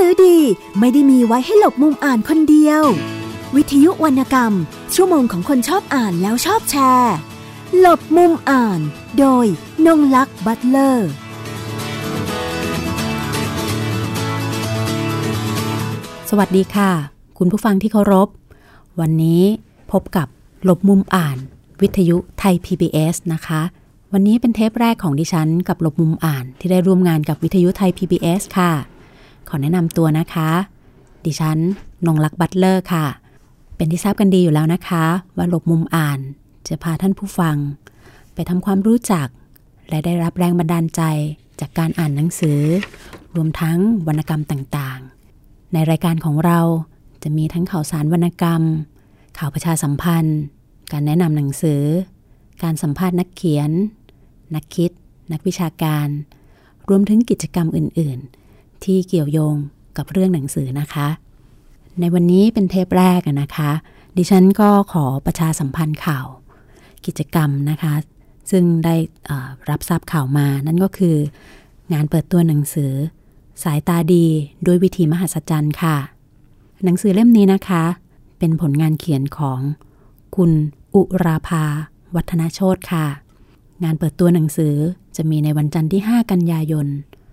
อดีไม่ได้มีไว้ให้หลบมุมอ่านคนเดียววิทยุวรรณกรรมชั่วโมงของคนชอบอ่านแล้วชอบแชร์หลบมุมอ่านโดยนงลักษณ์บัตเลอร์สวัสดีค่ะคุณผู้ฟังที่เคารพวันนี้พบกับหลบมุมอ่านวิทยุไทย PBS นะคะวันนี้เป็นเทปแรกของดิฉันกับหลบมุมอ่านที่ได้ร่วมงานกับวิทยุไทย PBS ค่ะขอแนะนำตัวนะคะดิฉันนงลักษณ์บัตเลอร์ค่ะเป็นที่ทราบกันดีอยู่แล้วนะคะว่าหลบมุมอ่านจะพาท่านผู้ฟังไปทำความรู้จักและได้รับแรงบันดาลใจจากการอ่านหนังสือรวมทั้งวรรณกรรมต่างๆในรายการของเราจะมีทั้งข่าวสารวรรณกรรมข่าวประชาสัมพันธ์การแนะนำหนังสือการสัมภาษณ์นักเขียนนักคิดนักวิชาการรวมถึงกิจกรรมอื่นๆที่เกี่ยวโยงกับเรื่องหนังสือนะคะในวันนี้เป็นเทปแรกนะคะดิฉันก็ขอประชาสัมพันธ์ข่าวกิจกรรมนะคะซึ่งได้รับทราบข่าวมานั่นก็คืองานเปิดตัวหนังสือสายตาดีด้วยวิธีมหัศจรรย์ค่ะหนังสือเล่มนี้นะคะเป็นผลงานเขียนของคุณอุราภาวัฒนโชติค่ะงานเปิดตัวหนังสือจะมีในวันจันทร์ที่5กันยายน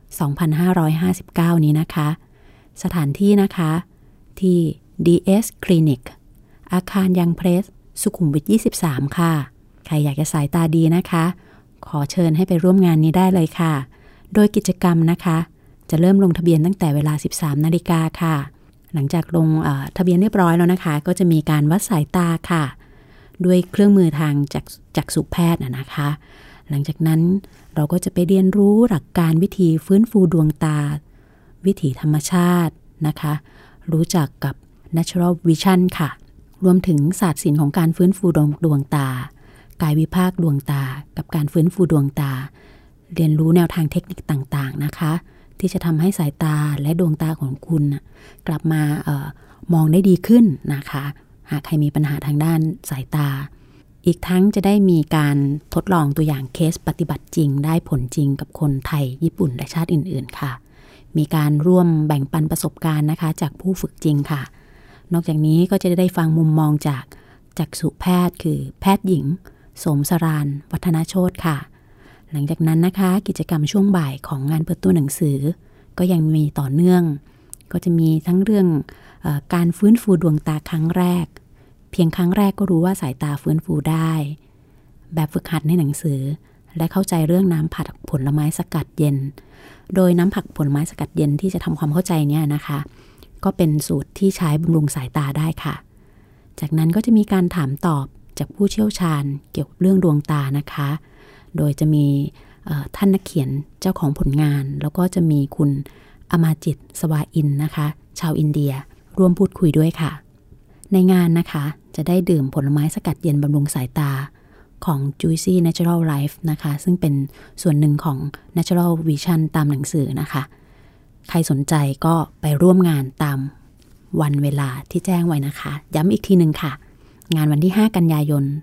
2559นี้นะคะสถานที่นะคะที่ DS Clinic อาคารยังเพรสสุขุมวิท23ค่ะใครอยากจะสายตาดีนะคะขอเชิญให้ไปร่วมงานนี้ได้เลยค่ะโดยกิจกรรมนะคะจะเริ่มลงทะเบียนตั้งแต่เวลา 13 นาฬิกาค่ะหลังจากลงทะเบียนเรียบร้อยแล้วนะคะก็จะมีการวัดสายตาค่ะด้วยเครื่องมือทางจักษุแพทย์นะคะหลังจากนั้นเราก็จะไปเรียนรู้หลักการวิธีฟื้นฟูดวงตาวิถีธรรมชาตินะคะรู้จักกับ Natural Vision ค่ะรวมถึงศาสตร์ศิลป์ของการฟื้นฟูดวงตากายวิภาคดวงตากับการฟื้นฟูดวงตาเรียนรู้แนวทางเทคนิคต่างๆนะคะที่จะทำให้สายตาและดวงตาของคุณกลับมามองได้ดีขึ้นนะคะหากใครมีปัญหาทางด้านสายตาอีกทั้งจะได้มีการทดลองตัวอย่างเคสปฏิบัติจริงได้ผลจริงกับคนไทยญี่ปุ่นและชาติอื่นๆค่ะมีการร่วมแบ่งปันประสบการณ์นะคะจากผู้ฝึกจริงค่ะนอกจากนี้ก็จะได้ฟังมุมมองจากจักษุแพทย์คือแพทย์หญิงโสมสราญวัฒนโชติค่ะหลังจากนั้นนะคะกิจกรรมช่วงบ่ายของงานเปิดตัวหนังสือก็ยังมีต่อเนื่องก็จะมีทั้งเรื่องการฟื้นฟูดวงตาครั้งแรกเพียงครั้งแรกก็รู้ว่าสายตาฟื้นฟูได้แบบฝึกหัดในหนังสือและเข้าใจเรื่องน้ำผักผลไม้สกัดเย็นโดยน้ำผักผลไม้สกัดเย็นที่จะทำความเข้าใจเนี่ยนะคะก็เป็นสูตรที่ใช้บำรุงสายตาได้ค่ะจากนั้นก็จะมีการถามตอบจากผู้เชี่ยวชาญเกี่ยวกับเรื่องดวงตานะคะโดยจะมีท่านนักเขียนเจ้าของผลงานแล้วก็จะมีคุณอมาจิตสวาอินนะคะชาวอินเดียร่วมพูดคุยด้วยค่ะในงานนะคะจะได้ดื่มผลไม้สกัดเย็นบำรุงสายตาของ Juicy Natural Life นะคะซึ่งเป็นส่วนหนึ่งของ Natural Vision ตามหนังสือนะคะใครสนใจก็ไปร่วมงานตามวันเวลาที่แจ้งไว้นะคะย้ำอีกทีหนึ่งค่ะงานวันที่5กันยายน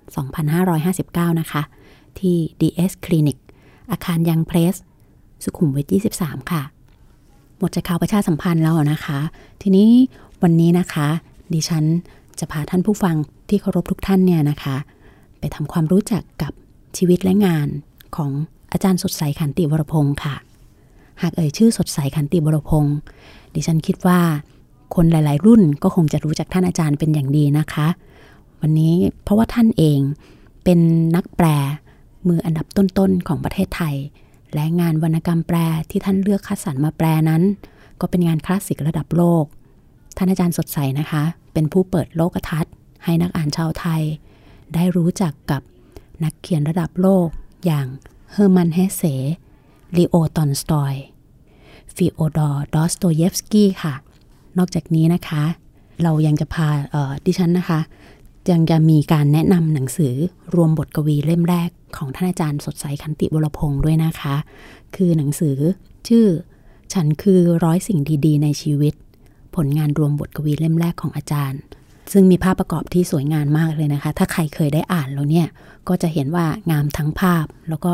2559นะคะที่ DS Clinic อาคารยังเพรสสุขุมวิท23ค่ะหมดจากข่าวประชาสัมพันธ์แล้วนะคะทีนี้วันนี้นะคะดิฉันจะพาท่านผู้ฟังที่เคารพทุกท่านเนี่ยนะคะไปทำความรู้จักกับชีวิตและงานของอาจารย์สดใสขันติวรพงศ์ค่ะหากเอ่ยชื่อสดใสขันติวรพงศ์ดิฉันคิดว่าคนหลายๆรุ่นก็คงจะรู้จักท่านอาจารย์เป็นอย่างดีนะคะวันนี้เพราะว่าท่านเองเป็นนักแปลมืออันดับต้นๆของประเทศไทยและงานวรรณกรรมแปลที่ท่านเลือกคัดสรรมาแปลนั้นก็เป็นงานคลาสสิกระดับโลกท่านอาจารย์สดใสนะคะเป็นผู้เปิดโลกทัศน์ให้นักอ่านชาวไทยได้รู้จักกับนักเขียนระดับโลกอย่างเฮอร์มันเฮเซลีโอตอลสตอยฟิโอดอร์ดอสโตเยฟสกี้ค่ะนอกจากนี้นะคะเรายังจะพาดิฉันนะคะยังจะมีการแนะนำหนังสือรวมบทกวีเล่มแรกของท่านอาจารย์สดใสขันติวรพงศ์ด้วยนะคะคือหนังสือชื่อฉันคือ100สิ่งดีๆในชีวิตผลงานรวมบทกวีเล่มแรกของอาจารย์ซึ่งมีภาพประกอบที่สวยงามมากเลยนะคะถ้าใครเคยได้อ่านแล้วเนี่ยก็จะเห็นว่างามทั้งภาพแล้วก็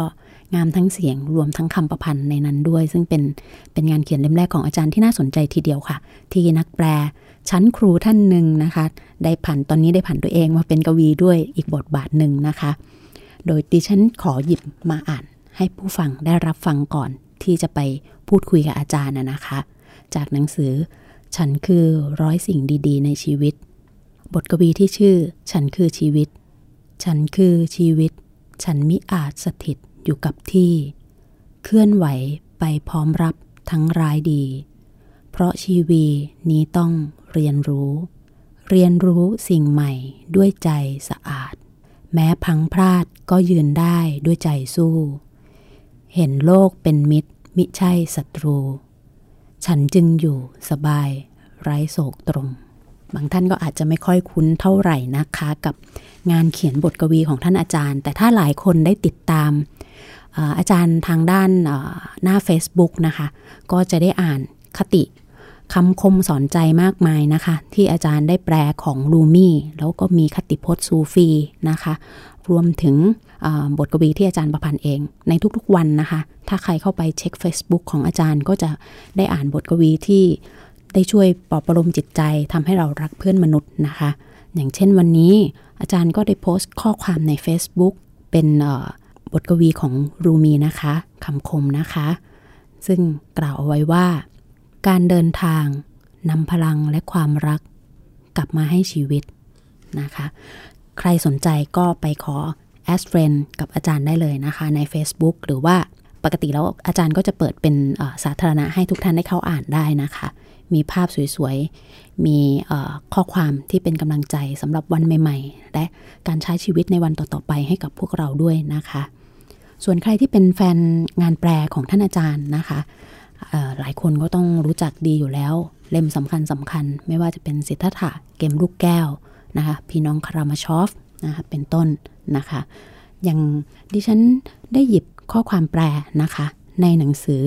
งามทั้งเสียงรวมทั้งคำประพันธ์ในนั้นด้วยซึ่งเป็นงานเขียนเล่มแรกของอาจารย์ที่น่าสนใจทีเดียวค่ะที่นักแปลชั้นครูท่านหนึ่งนะคะตอนนี้ได้ผันตัวเองมาเป็นกวีด้วยอีกบทบาทหนึ่งนะคะโดยดิฉันขอหยิบมาอ่านให้ผู้ฟังได้รับฟังก่อนที่จะไปพูดคุยกับอาจารย์นะคะจากหนังสือฉันคือ100 สิ่งดีๆในชีวิตบทกวีที่ชื่อฉันคือชีวิตฉันคือชีวิตฉันมิอาจสถิตอยู่กับที่เคลื่อนไหวไปพร้อมรับทั้งร้ายดีเพราะชีวีนี้ต้องเรียนรู้สิ่งใหม่ด้วยใจสะอาดแม้พังพลาดก็ยืนได้ด้วยใจสู้เห็นโลกเป็นมิตรมิใช่ศัตรูฉันจึงอยู่สบายไร้โศกตรมบางท่านก็อาจจะไม่ค่อยคุ้นเท่าไหร่นะคะกับงานเขียนบทกวีของท่านอาจารย์แต่ถ้าหลายคนได้ติดตามอาจารย์ทางด้านหน้า Facebook นะคะก็จะได้อ่านคติคำคมสอนใจมากมายนะคะที่อาจารย์ได้แปลของรูมี่แล้วก็มีคติพจน์ซูฟีนะคะรวมถึงบทกวีที่อาจารย์ประพันธ์เองในทุกๆวันนะคะถ้าใครเข้าไปเช็ค Facebook ของอาจารย์ก็จะได้อ่านบทกวีที่ได้ช่วยปลอบประโลมจิตใจทำให้เรารักเพื่อนมนุษย์นะคะอย่างเช่นวันนี้อาจารย์ก็ได้โพสต์ข้อความใน Facebook เป็นบทกวีของรูมีนะคะคำคมนะคะซึ่งกล่าวเอาไว้ว่าการเดินทางนำพลังและความรักกลับมาให้ชีวิตนะคะใครสนใจก็ไปขอ as friend กับอาจารย์ได้เลยนะคะใน Facebook หรือว่าปกติแล้วอาจารย์ก็จะเปิดเป็นสาธารณะให้ทุกท่านได้เข้าอ่านได้นะคะมีภาพสวยๆมีข้อความที่เป็นกำลังใจสำหรับวันใหม่ๆและการใช้ชีวิตในวันต่อๆไปให้กับพวกเราด้วยนะคะส่วนใครที่เป็นแฟนงานแปลของท่านอาจารย์นะคะหลายคนก็ต้องรู้จักดีอยู่แล้วเล่มสำคัญไม่ว่าจะเป็นสิทธัตถะเกมลูกแก้วนะคะพี่น้องคารามชอฟนะคะเป็นต้นนะคะอย่างดิฉันได้หยิบข้อความแปลนะคะในหนังสือ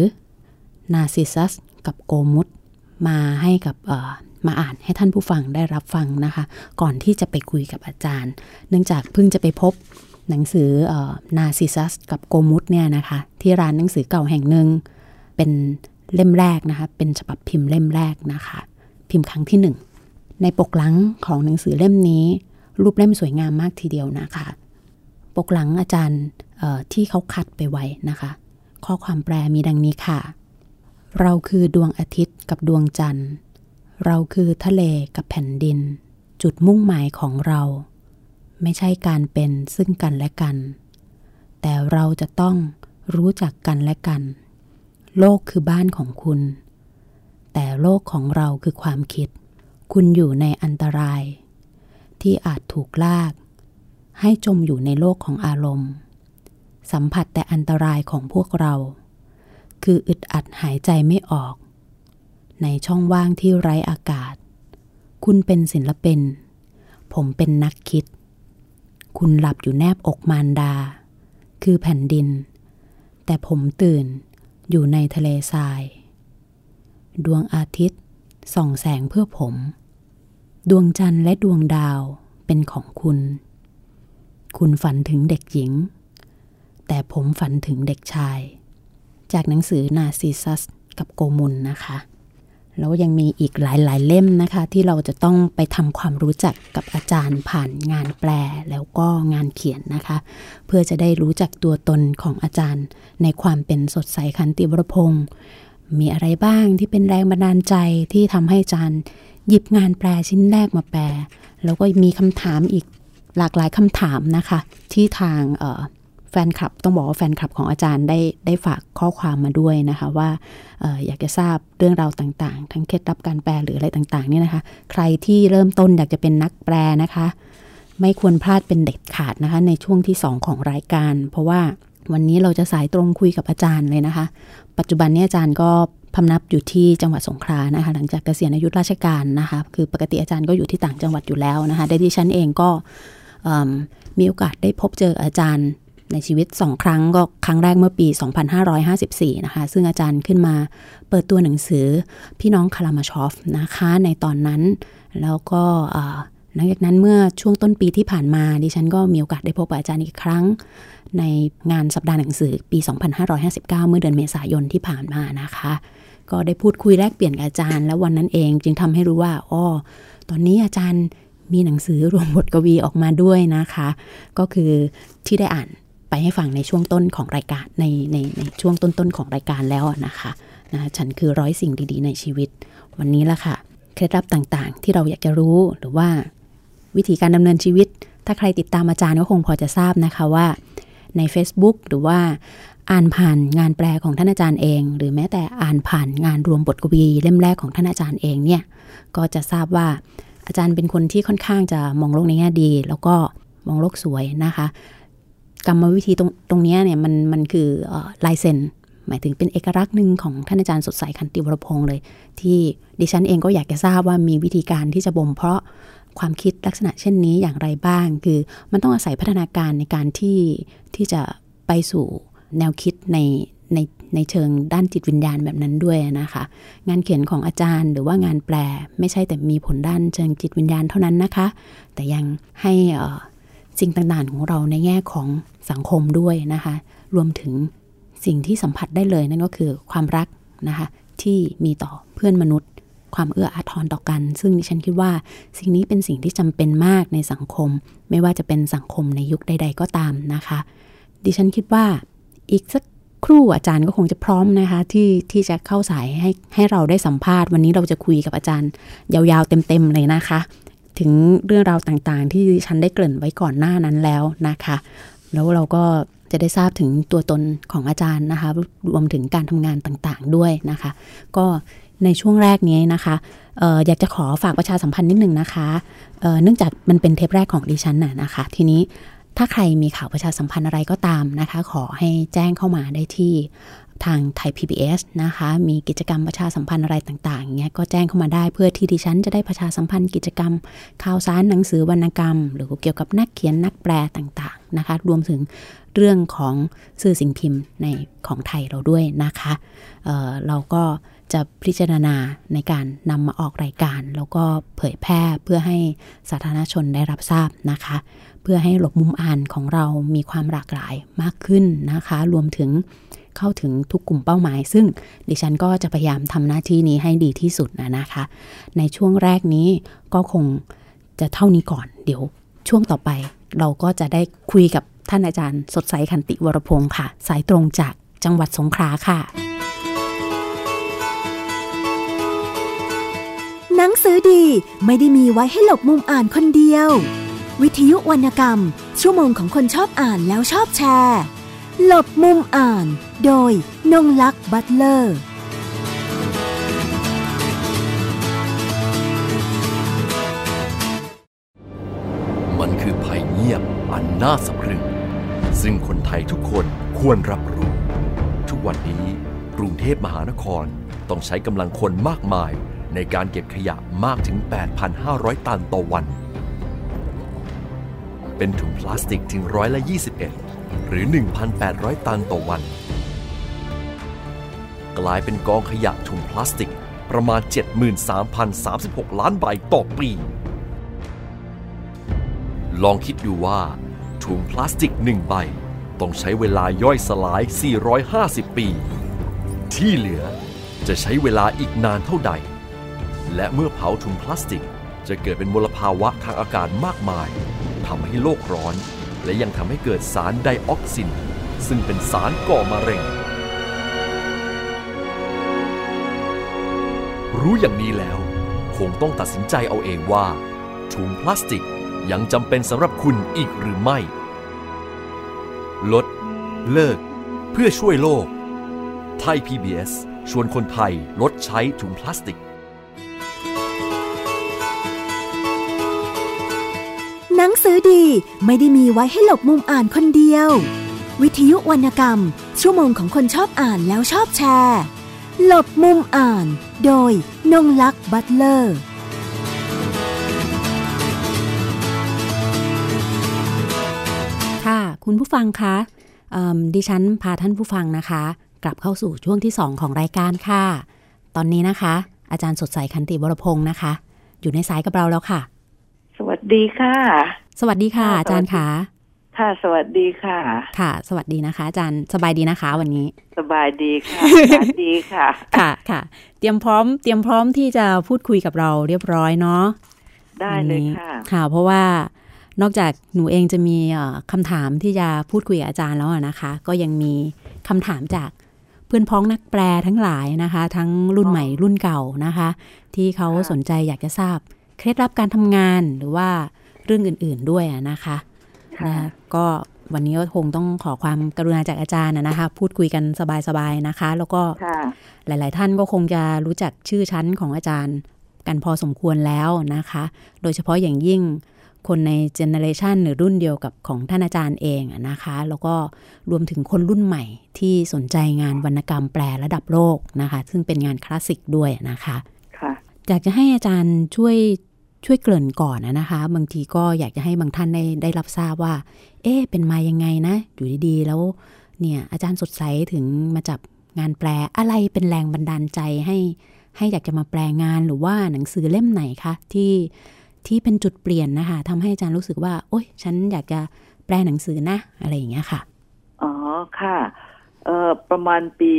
Narcissus กับโกมุตมาให้กับมาอ่านให้ท่านผู้ฟังได้รับฟังนะคะก่อนที่จะไปคุยกับอาจารย์เนื่องจากเพิ่งจะไปพบหนังสือNarcissus กับโกมุตเนี่ยนะคะที่ร้านหนังสือเก่าแห่งหนึ่งเป็นเล่มแรกนะคะเป็นฉบับพิมพ์เล่มแรกนะคะพิมพ์ครั้งที่1ในปกหลังของหนังสือเล่มนี้รูปเล่มสวยงามมากทีเดียวนะคะปกหลังอาจารย์ที่เขาคัดไปไว้นะคะข้อความแปลมีดังนี้ค่ะเราคือดวงอาทิตย์กับดวงจันทร์เราคือทะเลกับแผ่นดินจุดมุ่งหมายของเราไม่ใช่การเป็นซึ่งกันและกันแต่เราจะต้องรู้จักกันและกันโลกคือบ้านของคุณแต่โลกของเราคือความคิดคุณอยู่ในอันตรายที่อาจถูกลากให้จมอยู่ในโลกของอารมณ์สัมผัสแต่อันตรายของพวกเราคืออึดอัดหายใจไม่ออกในช่องว่างที่ไร้อากาศคุณเป็นศิลปินผมเป็นนักคิดคุณหลับอยู่แนบอกมารดาคือแผ่นดินแต่ผมตื่นอยู่ในทะเลทรายดวงอาทิตย์ส่องแสงเพื่อผมดวงจันทร์และดวงดาวเป็นของคุณฝันถึงเด็กหญิงแต่ผมฝันถึงเด็กชายจากหนังสือ Narcissus กับโกมุลนะคะแล้วยังมีอีกหลายๆเล่มนะคะที่เราจะต้องไปทำความรู้จักกับอาจารย์ผ่านงานแปลแล้วก็งานเขียนนะคะเพื่อจะได้รู้จักตัวตนของอาจารย์ในความเป็นสดใสขันติวรพงษ์มีอะไรบ้างที่เป็นแรงบันดาลใจที่ทำให้อาจารย์หยิบงานแปลชิ้นแรกมาแปลแล้วก็มีคำถามอีกหลากหลายคำถามนะคะที่ทางแฟนคลับต้องบอกว่าแฟนคลับของอาจารย์ได้ฝากข้อความมาด้วยนะคะว่าอยากจะทราบเรื่องราวต่างๆทั้งเคล็ดลับการแปลหรืออะไรต่างๆเนี่ยนะคะใครที่เริ่มต้นอยากจะเป็นนักแปลนะคะไม่ควรพลาดเป็นเด็ดขาดนะคะในช่วงที่2ของรายการเพราะว่าวันนี้เราจะสายตรงคุยกับอาจารย์เลยนะคะปัจจุบันนี้อาจารย์ก็พำนักอยู่ที่จังหวัดสงขลานะคะหลังจากเกษียณอายุราชการนะคะคือปกติอาจารย์ก็อยู่ที่ต่างจังหวัดอยู่แล้วนะคะดิฉันเองก็มีโอกาสได้พบเจออาจารย์ในชีวิต2ครั้งก็ครั้งแรกเมื่อปี2554นะคะซึ่งอาจารย์ขึ้นมาเปิดตัวหนังสือพี่น้องคารามชอฟนะคะในตอนนั้นแล้วก็หลังจากนั้นเมื่อช่วงต้นปีที่ผ่านมาดิฉันก็มีโอกาสได้พบกับอาจารย์อีกครั้งในงานสัปดาห์หนังสือปี 2559 เมื่อเดือนเมษายนที่ผ่านมานะคะก็ได้พูดคุยแลกเปลี่ยนกับอาจารย์แล้ววันนั้นเองจึงทำให้รู้ว่าตอนนี้อาจารย์มีหนังสือรวมบทกวีออกมาด้วยนะคะก็คือที่ได้อ่านไปให้ฟังในช่วงต้นของรายการในช่วงต้นๆของรายการแล้วนะคะฉันคือ100 สิ่งดีๆในชีวิตวันนี้ละค่ะเคล็ดลับต่างๆที่เราอยากจะรู้หรือว่าวิธีการดำเนินชีวิตถ้าใครติดตามอาจารย์ก็คงพอจะทราบนะคะว่าใน Facebook หรือว่าอ่านผ่านงานแปลของท่านอาจารย์เองหรือแม้แต่อ่านผ่านงานรวมบทกวีเล่มแรกของท่านอาจารย์เองเนี่ยก็จะทราบว่าอาจารย์เป็นคนที่ค่อนข้างจะมองโลกในแง่ดีแล้วก็มองโลกสวยนะคะกรรมวิธีตรงนี้เนี่ยมันคือลายเซ็นหมายถึงเป็นเอกลักษณ์หนึ่งของท่านอาจารย์สดใสขันติวรพงษ์เลยที่ดิฉันเองก็อยากจะทราบว่ามีวิธีการที่จะบ่มเพาะความคิดลักษณะเช่นนี้อย่างไรบ้างคือมันต้องอาศัยพัฒนาการในการที่จะไปสู่แนวคิดในเชิงด้านจิตวิญญาณแบบนั้นด้วยนะคะงานเขียนของอาจารย์หรือว่างานแปลไม่ใช่แต่มีผลด้านเชิงจิตวิญญาณเท่านั้นนะคะแต่ยังให้สิ่งต่างๆของเราในแง่ของสังคมด้วยนะคะรวมถึงสิ่งที่สัมผัสได้เลยนั่นก็คือความรักนะคะที่มีต่อเพื่อนมนุษย์ความเอื้ออาทรต่อกันซึ่งดิฉันคิดว่าสิ่งนี้เป็นสิ่งที่จำเป็นมากในสังคมไม่ว่าจะเป็นสังคมในยุคใดๆก็ตามนะคะดิฉันคิดว่าอีกสักครู่อาจารย์ก็คงจะพร้อมนะคะที่จะเข้าสายให้เราได้สัมภาษณ์วันนี้เราจะคุยกับอาจารย์ยาวๆเต็มๆเลยนะคะถึงเรื่องราวต่างๆที่ดิฉันได้เกริ่นไว้ก่อนหน้านั้นแล้วนะคะแล้วเราก็จะได้ทราบถึงตัวตนของอาจารย์นะคะรวมถึงการทำงานต่างๆด้วยนะคะก็ในช่วงแรกนี้นะคะอยากจะขอฝากประชาสัมพันธ์นิดนึงนะคะเนื่องจากมันเป็นเทปแรกของดิฉันนะคะทีนี้ถ้าใครมีข่าวประชาสัมพันธ์อะไรก็ตามนะคะขอให้แจ้งเข้ามาได้ที่ทางไทย PBS นะคะมีกิจกรรมประชาสัมพันธ์อะไรต่างๆอย่างเงี้ยก็แจ้งเข้ามาได้เพื่อที่ดิฉันจะได้ประชาสัมพันธ์กิจกรรมข่าวสารหนังสือวรรณกรรมหรือเกี่ยวกับนักเขียนนักแปลต่างๆนะคะรวมถึงเรื่องของสื่อสิ่งพิมพ์ในของไทยเราด้วยนะคะเราก็จะพิจารณาในการนำมาออกรายการแล้วก็เผยแพร่เพื่อให้สาธารณชนได้รับทราบนะคะเพื่อให้หลบมุมอ่านของเรามีความหลากหลายมากขึ้นนะคะรวมถึงเข้าถึงทุกกลุ่มเป้าหมายซึ่งดิฉันก็จะพยายามทำหน้าที่นี้ให้ดีที่สุดนะคะในช่วงแรกนี้ก็คงจะเท่านี้ก่อนเดี๋ยวช่วงต่อไปเราก็จะได้คุยกับท่านอาจารย์สดใสขันติวรพงษ์ค่ะสายตรงจากจังหวัดสงขลาค่ะหนังสือดีไม่ได้มีไว้ให้หลบมุมอ่านคนเดียววิทยุวรรณกรรมชั่วโมงของคนชอบอ่านแล้วชอบแชร์หลบมุมอ่านโดยนงลักษณ์บัตเลอร์มันคือภัยเงียบอันน่าสะพรึงซึ่งคนไทยทุกคนควรรับรู้ทุกวันนี้กรุงเทพมหานครต้องใช้กำลังคนมากมายในการเก็บขยะมากถึง 8,500 ตันต่อวันเป็นถุงพลาสติกถึง21%หรือ 1,800 ตันต่อวันกลายเป็นกองขยะถุงพลาสติกประมาณ 73,036 ล้านใบต่อปีลองคิดดูว่าถุงพลาสติก1ใบต้องใช้เวลาย่อยสลาย450ปีที่เหลือจะใช้เวลาอีกนานเท่าใดและเมื่อเผาถุงพลาสติกจะเกิดเป็นมลภาวะทางอากาศมากมายทำให้โลกร้อนและยังทำให้เกิดสารไดออกซินซึ่งเป็นสารก่อมะเร็งรู้อย่างนี้แล้วคงต้องตัดสินใจเอาเองว่าถุงพลาสติกยังจำเป็นสำหรับคุณอีกหรือไม่ลดเลิกเพื่อช่วยโลกไทย PBS ชวนคนไทยลดใช้ถุงพลาสติกหนังสือดีไม่ได้มีไว้ให้หลบมุมอ่านคนเดียววิทยุวรรณกรรมชั่วโมงของคนชอบอ่านแล้วชอบแชร์หลบมุมอ่านโดยนงลักษณ์บัตเลอร์ค่ะคุณผู้ฟังคะดิฉันพาท่านผู้ฟังนะคะกลับเข้าสู่ช่วงที่2ของรายการค่ะตอนนี้นะคะอาจารย์สดใสขันติวรพงษ์นะคะอยู่ในสายกับเราแล้วค่ะสวัสดีค่ะสวัสดีค่ะอาจารย์ค่ะค่ะสวัสดีค่ะค่ะสวัสดีนะคะอาจารย์สบายดีนะคะวันนี้สบายดีค่ะสวัสดีค่ะค่ะค่ะเตรียมพร้อมที่จะพูดคุยกับเราเรียบร้อยเนาะได้เลยค่ะค่ะเพราะว่านอกจากหนูเองจะมีคำถามที่จะพูดคุยกับอาจารย์แล้วนะคะก็ยังมีคำถามจากเพื่อนพ้องนักแปลทั้งหลายนะคะทั้งรุ่นใหม่รุ่นเก่านะคะที่เขาสนใจอยากจะทราบเคล็ดลับการทำงานหรือว่าเรื่องอื่นๆด้วยนะคะก็วันนี้ก็คงต้องขอความกรุณาจากอาจารย์นะคะพูดคุยกันสบายๆนะคะแล้วก็หลายๆท่านก็คงจะรู้จักชื่อชั้นของอาจารย์กันพอสมควรแล้วนะคะโดยเฉพาะอย่างยิ่งคนในเจเนอเรชันหรือรุ่นเดียวกับของท่านอาจารย์เองนะคะแล้วก็รวมถึงคนรุ่นใหม่ที่สนใจงานวรรณกรรมแปลระดับโลกนะคะซึ่งเป็นงานคลาสสิกด้วยนะคะอยากจะให้อาจารย์ช่วยเกริ่นก่อนนะคะบางทีก็อยากจะให้บางท่านได้รับทราบว่าเป็นมายังไงนะอยู่ดีๆแล้วเนี่ยอาจารย์สดใสถึงมาจับงานแปลอะไรเป็นแรงบันดาลใจให้อยากจะมาแปลงานหรือว่าหนังสือเล่มไหนคะที่เป็นจุดเปลี่ยนนะคะทำให้อาจารย์รู้สึกว่าโอ๊ยฉันอยากจะแปลหนังสือนะอะไรอย่างเงี้ยค่ะอ๋อค่ะประมาณปี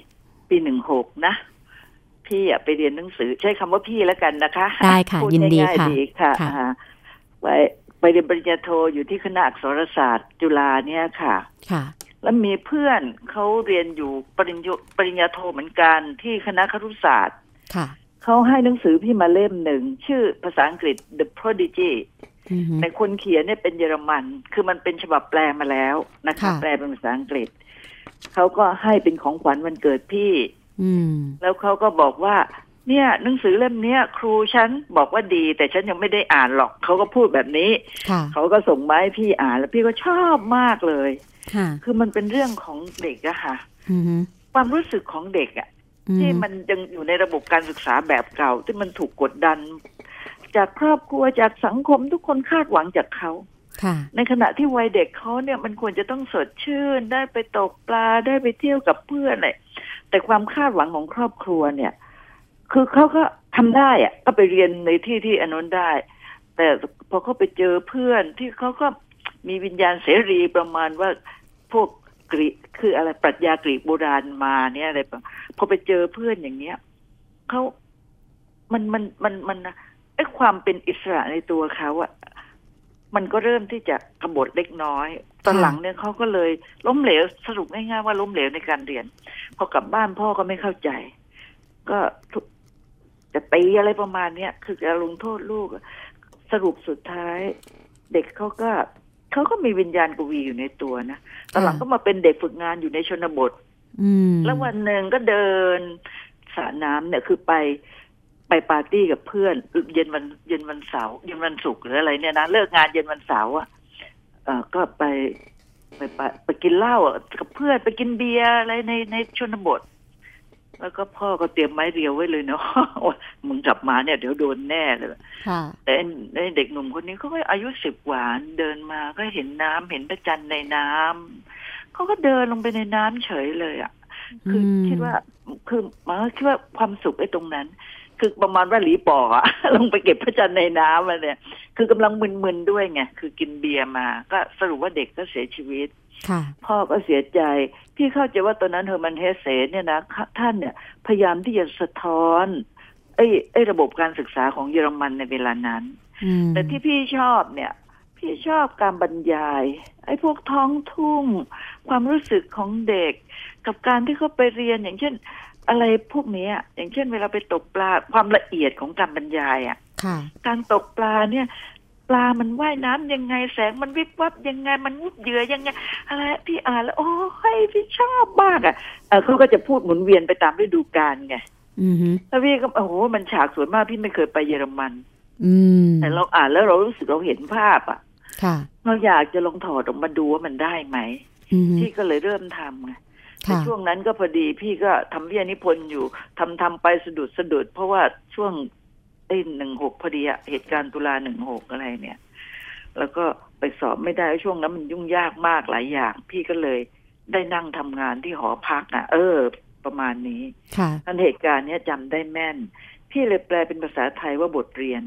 16นะพี่ไปเรียนหนังสือใช้คำว่าพี่แล้วกันนะคะได้ค่ะยินดีค่ะไปเรียนปริญญาโทอยู่ที่คณะอักษรศาสตร์จุฬาเนี่ยค่ะแล้วมีเพื่อนเขาเรียนอยู่ปริญญาโทเหมือนกันที่คณะครุศาสตร์เขาให้หนังสือพี่มาเล่มหนึ่งชื่อภาษาอังกฤษ The Prodigy ในคนเขียนเนี่ยเป็นเยอรมันคือมันเป็นฉบับแปลมาแล้วนะคะแปลเป็นภาษาอังกฤษเขาก็ให้เป็นของขวัญวันเกิดพี่แล้วเขาก็บอกว่าเนี่ยหนังสือเล่มนี้ครูฉันบอกว่าดีแต่ฉันยังไม่ได้อ่านหรอกเขาก็พูดแบบนี้เขาก็ส่งมาให้พี่อ่านแล้วพี่ก็ชอบมากเลยคือมันเป็นเรื่องของเด็กอะค่ะความรู้สึกของเด็กอะที่มันยังอยู่ในระบบการศึกษาแบบเก่าที่มันถูกกดดันจากครอบครัวจากสังคมทุกคนคาดหวังจากเขาในขณะที่วัยเด็กเขาเนี่ยมันควรจะต้องสดชื่นได้ไปตกปลาได้ไปเที่ยวกับเพื่อนเลยแต่ความคาดหวังของครอบครัวเนี่ยคือเขาก็ทำได้อะก็ไปเรียนในที่อันนั้นได้แต่พอเขาไปเจอเพื่อนที่เขาก็มีวิญญาณเสรีประมาณว่าพวกกรีกคืออะไรปรัชญากรีกโบราณมาเนี่ยอะไรพอไปเจอเพื่อนอย่างเงี้ยเขามันไอ้ความเป็นอิสระในตัวเขาอะมันก็เริ่มที่จะกบฏเล็กน้อยตอนหลังเนี่ยเขาก็เลยล้มเหลวสรุปง่ายๆว่าล้มเหลวในการเรียนพอกลับบ้านพ่อก็ไม่เข้าใจก็จะตีอะไรประมาณเนี้ยคือจะลงโทษลูกสรุปสุดท้ายเด็กเขาก็มีวิญญาณกวีอยู่ในตัวนะตอนหลังก็มาเป็นเด็กฝึกงานอยู่ในชนบทแล้ววันหนึ่งก็เดินสระน้ำเนี่ยคือไปปาร์ตี้กับเพื่อนเย็นวันเสาร์เย็นวันศุกร์หรืออะไรเนี่ยนะเลิกงานเย็นวันเสาร์ก็ไปกินเหล้ากับเพื่อนไปกินเบียร์อะไรในชนบทแล้วก็พ่อก็เตรียมไม้เรียวไว้เลยเนาะว่ามึงกลับมาเนี่ยเดี๋ยวโดนแน่เลยแต่เด็กหนุ่มคนนี้เขาก็อายุ10 กว่าเดินมาก็เห็นน้ำเห็นพระจันทร์ในน้ำเขาก็เดินลงไปในน้ำเฉยเลยอ่ะคือคิดว่าคิดว่าความสุขไอ้ตรงนั้นคือประมาณว่าหลีป่ออะลงไปเก็บพระจันทร์ในน้ำมาเนี่ยคือกำลังมึนๆด้วยไงคือกินเบียร์มาก็สรุปว่าเด็กก็เสียชีวิตพ่อก็เสียใจพี่เข้าใจว่าตอนนั้นเฮอร์มันเฮสเซเนี่ยนะท่านเนี่ยพยายามที่จะสะท้อนไอ้ระบบการศึกษาของเยอรมันในเวลานั้นแต่ที่พี่ชอบเนี่ยพี่ชอบการบรรยายไอ้พวกท้องทุ่งความรู้สึกของเด็กกับการที่เขาไปเรียนอย่างเช่นอะไรพวกนี้อย่างเช่นเวลาไปตกปลาความละเอียดของการบรรยายการตกปลาเนี่ยปลามันว่ายน้ำยังไงแสงมันวิบวับยังไงมันงุบเหยื่อยังไงอะไรพี่อ่านแล้วโอ้ยพี่ชอบมากเขาก็จะพูดหมุนเวียนไปตามฤดูกาลไงแล้วพี่ก็โอ้โหมันฉากสวยมากพี่ไม่เคยไปเยอรมันแต่เราอ่านแล้วเรารู้สึกเราเห็นภาพเราอยากจะลองถอดออกมาดูว่ามันได้ไหมพี่ก็เลยเริ่มทำไงแต่ช่วงนั้นก็พอดีพี่ก็ทำวิทยานิพนธ์อยู่ทำไปสะดุดเพราะว่าช่วง16พอดีเหตุการณ์ตุลา16อะไรเนี่ยแล้วก็ไปสอบไม่ได้ช่วงนั้นมันยุ่งยากมากหลายอย่างพี่ก็เลยได้นั่งทำงานที่หอพักประมาณนี้ท่านเหตุการณ์นี้จำได้แม่นพี่เลยแปลเป็นภาษาไทยว่าบทเรียน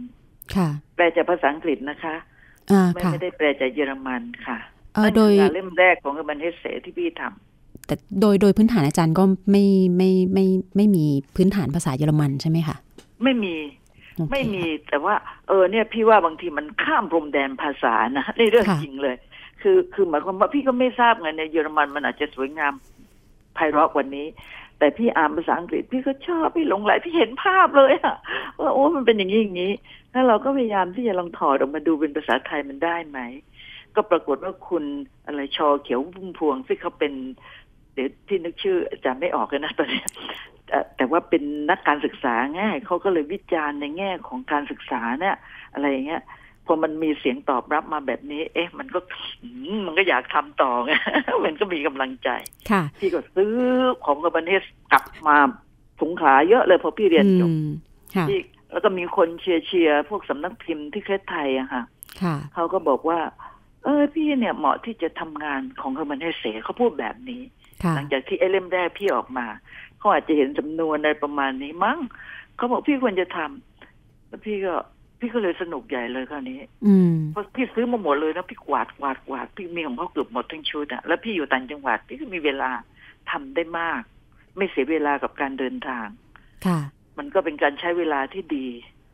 แปลจากภาษาอังกฤษนะคะไม่ได้แปลจากเยอรมันค่ะโดยเล่มแรกของมันเฮเสที่พี่ทำแต่โดยพื้นฐานอาจารย์ก็ไม่มีพื้นฐานภาษาเยอรมันใช่ไหมคะไม่มีแต่ว่าเนี่ยพี่ว่าบางทีมันข้ามพรมแดนภาษานะในเรื่องจริงเลยคือหมายความว่าพี่ก็ไม่ทราบไงในเยอรมันมันอาจจะสวยงามไพเราะกว่านี้แต่พี่อ่านภาษาอังกฤษพี่ก็ชอบพี่หลงไหลพี่เห็นภาพเลยอะว่าโอ้มันเป็นอย่างนี้อย่างนี้แล้วเราก็พยายามที่จะลองถอดออกมาดูเป็นภาษาไทยมันได้ไหมก็ปรากฏว่าคุณอะไรชอเขียวพุ่มพวงซึ่งเขาเป็นเดี๋ยวที่นึกชื่ออาจารย์ไม่ออกเลยนะตอนนี้แต่ว่าเป็นนักการศึกษาง่ายเขาก็เลยวิจารณ์ในแง่ของการศึกษาเนี่ยอะไรอย่างเงี้ยพอมันมีเสียงตอบรับมาแบบนี้มันก็อยากทำต่อไง มันก็มีกำลังใจพี่ก็ซื้อของกับประเทศกลับมาสงขลาเยอะเลยพอพี่เรียนจบพี่แล้วก็มีคนเชียร์พวกสำนักพิมพ์ที่ประเทศไทยอะค่ะเขาก็บอกว่าพี่เนี่ยเหมาะที่จะทำงานของเฮอร์มันเฮเสเขาพูดแบบนี้หลังจากที่เล่มแรกพี่ออกมาเขาอาจจะเห็นจำนวนอะไรประมาณนี้มั้งเขาบอกพี่ควรจะทำแล้วพี่ก็เลยสนุกใหญ่เลยคราวนี้เพราะพี่ซื้อมาหมดเลยนะพี่กวาดพี่มีของเขาเกือบหมดทั้งชุดอะแล้วพี่อยู่ต่างจังหวัดพี่ก็มีเวลาทำได้มากไม่เสียเวลากับการเดินทางมันก็เป็นการใช้เวลาที่ดี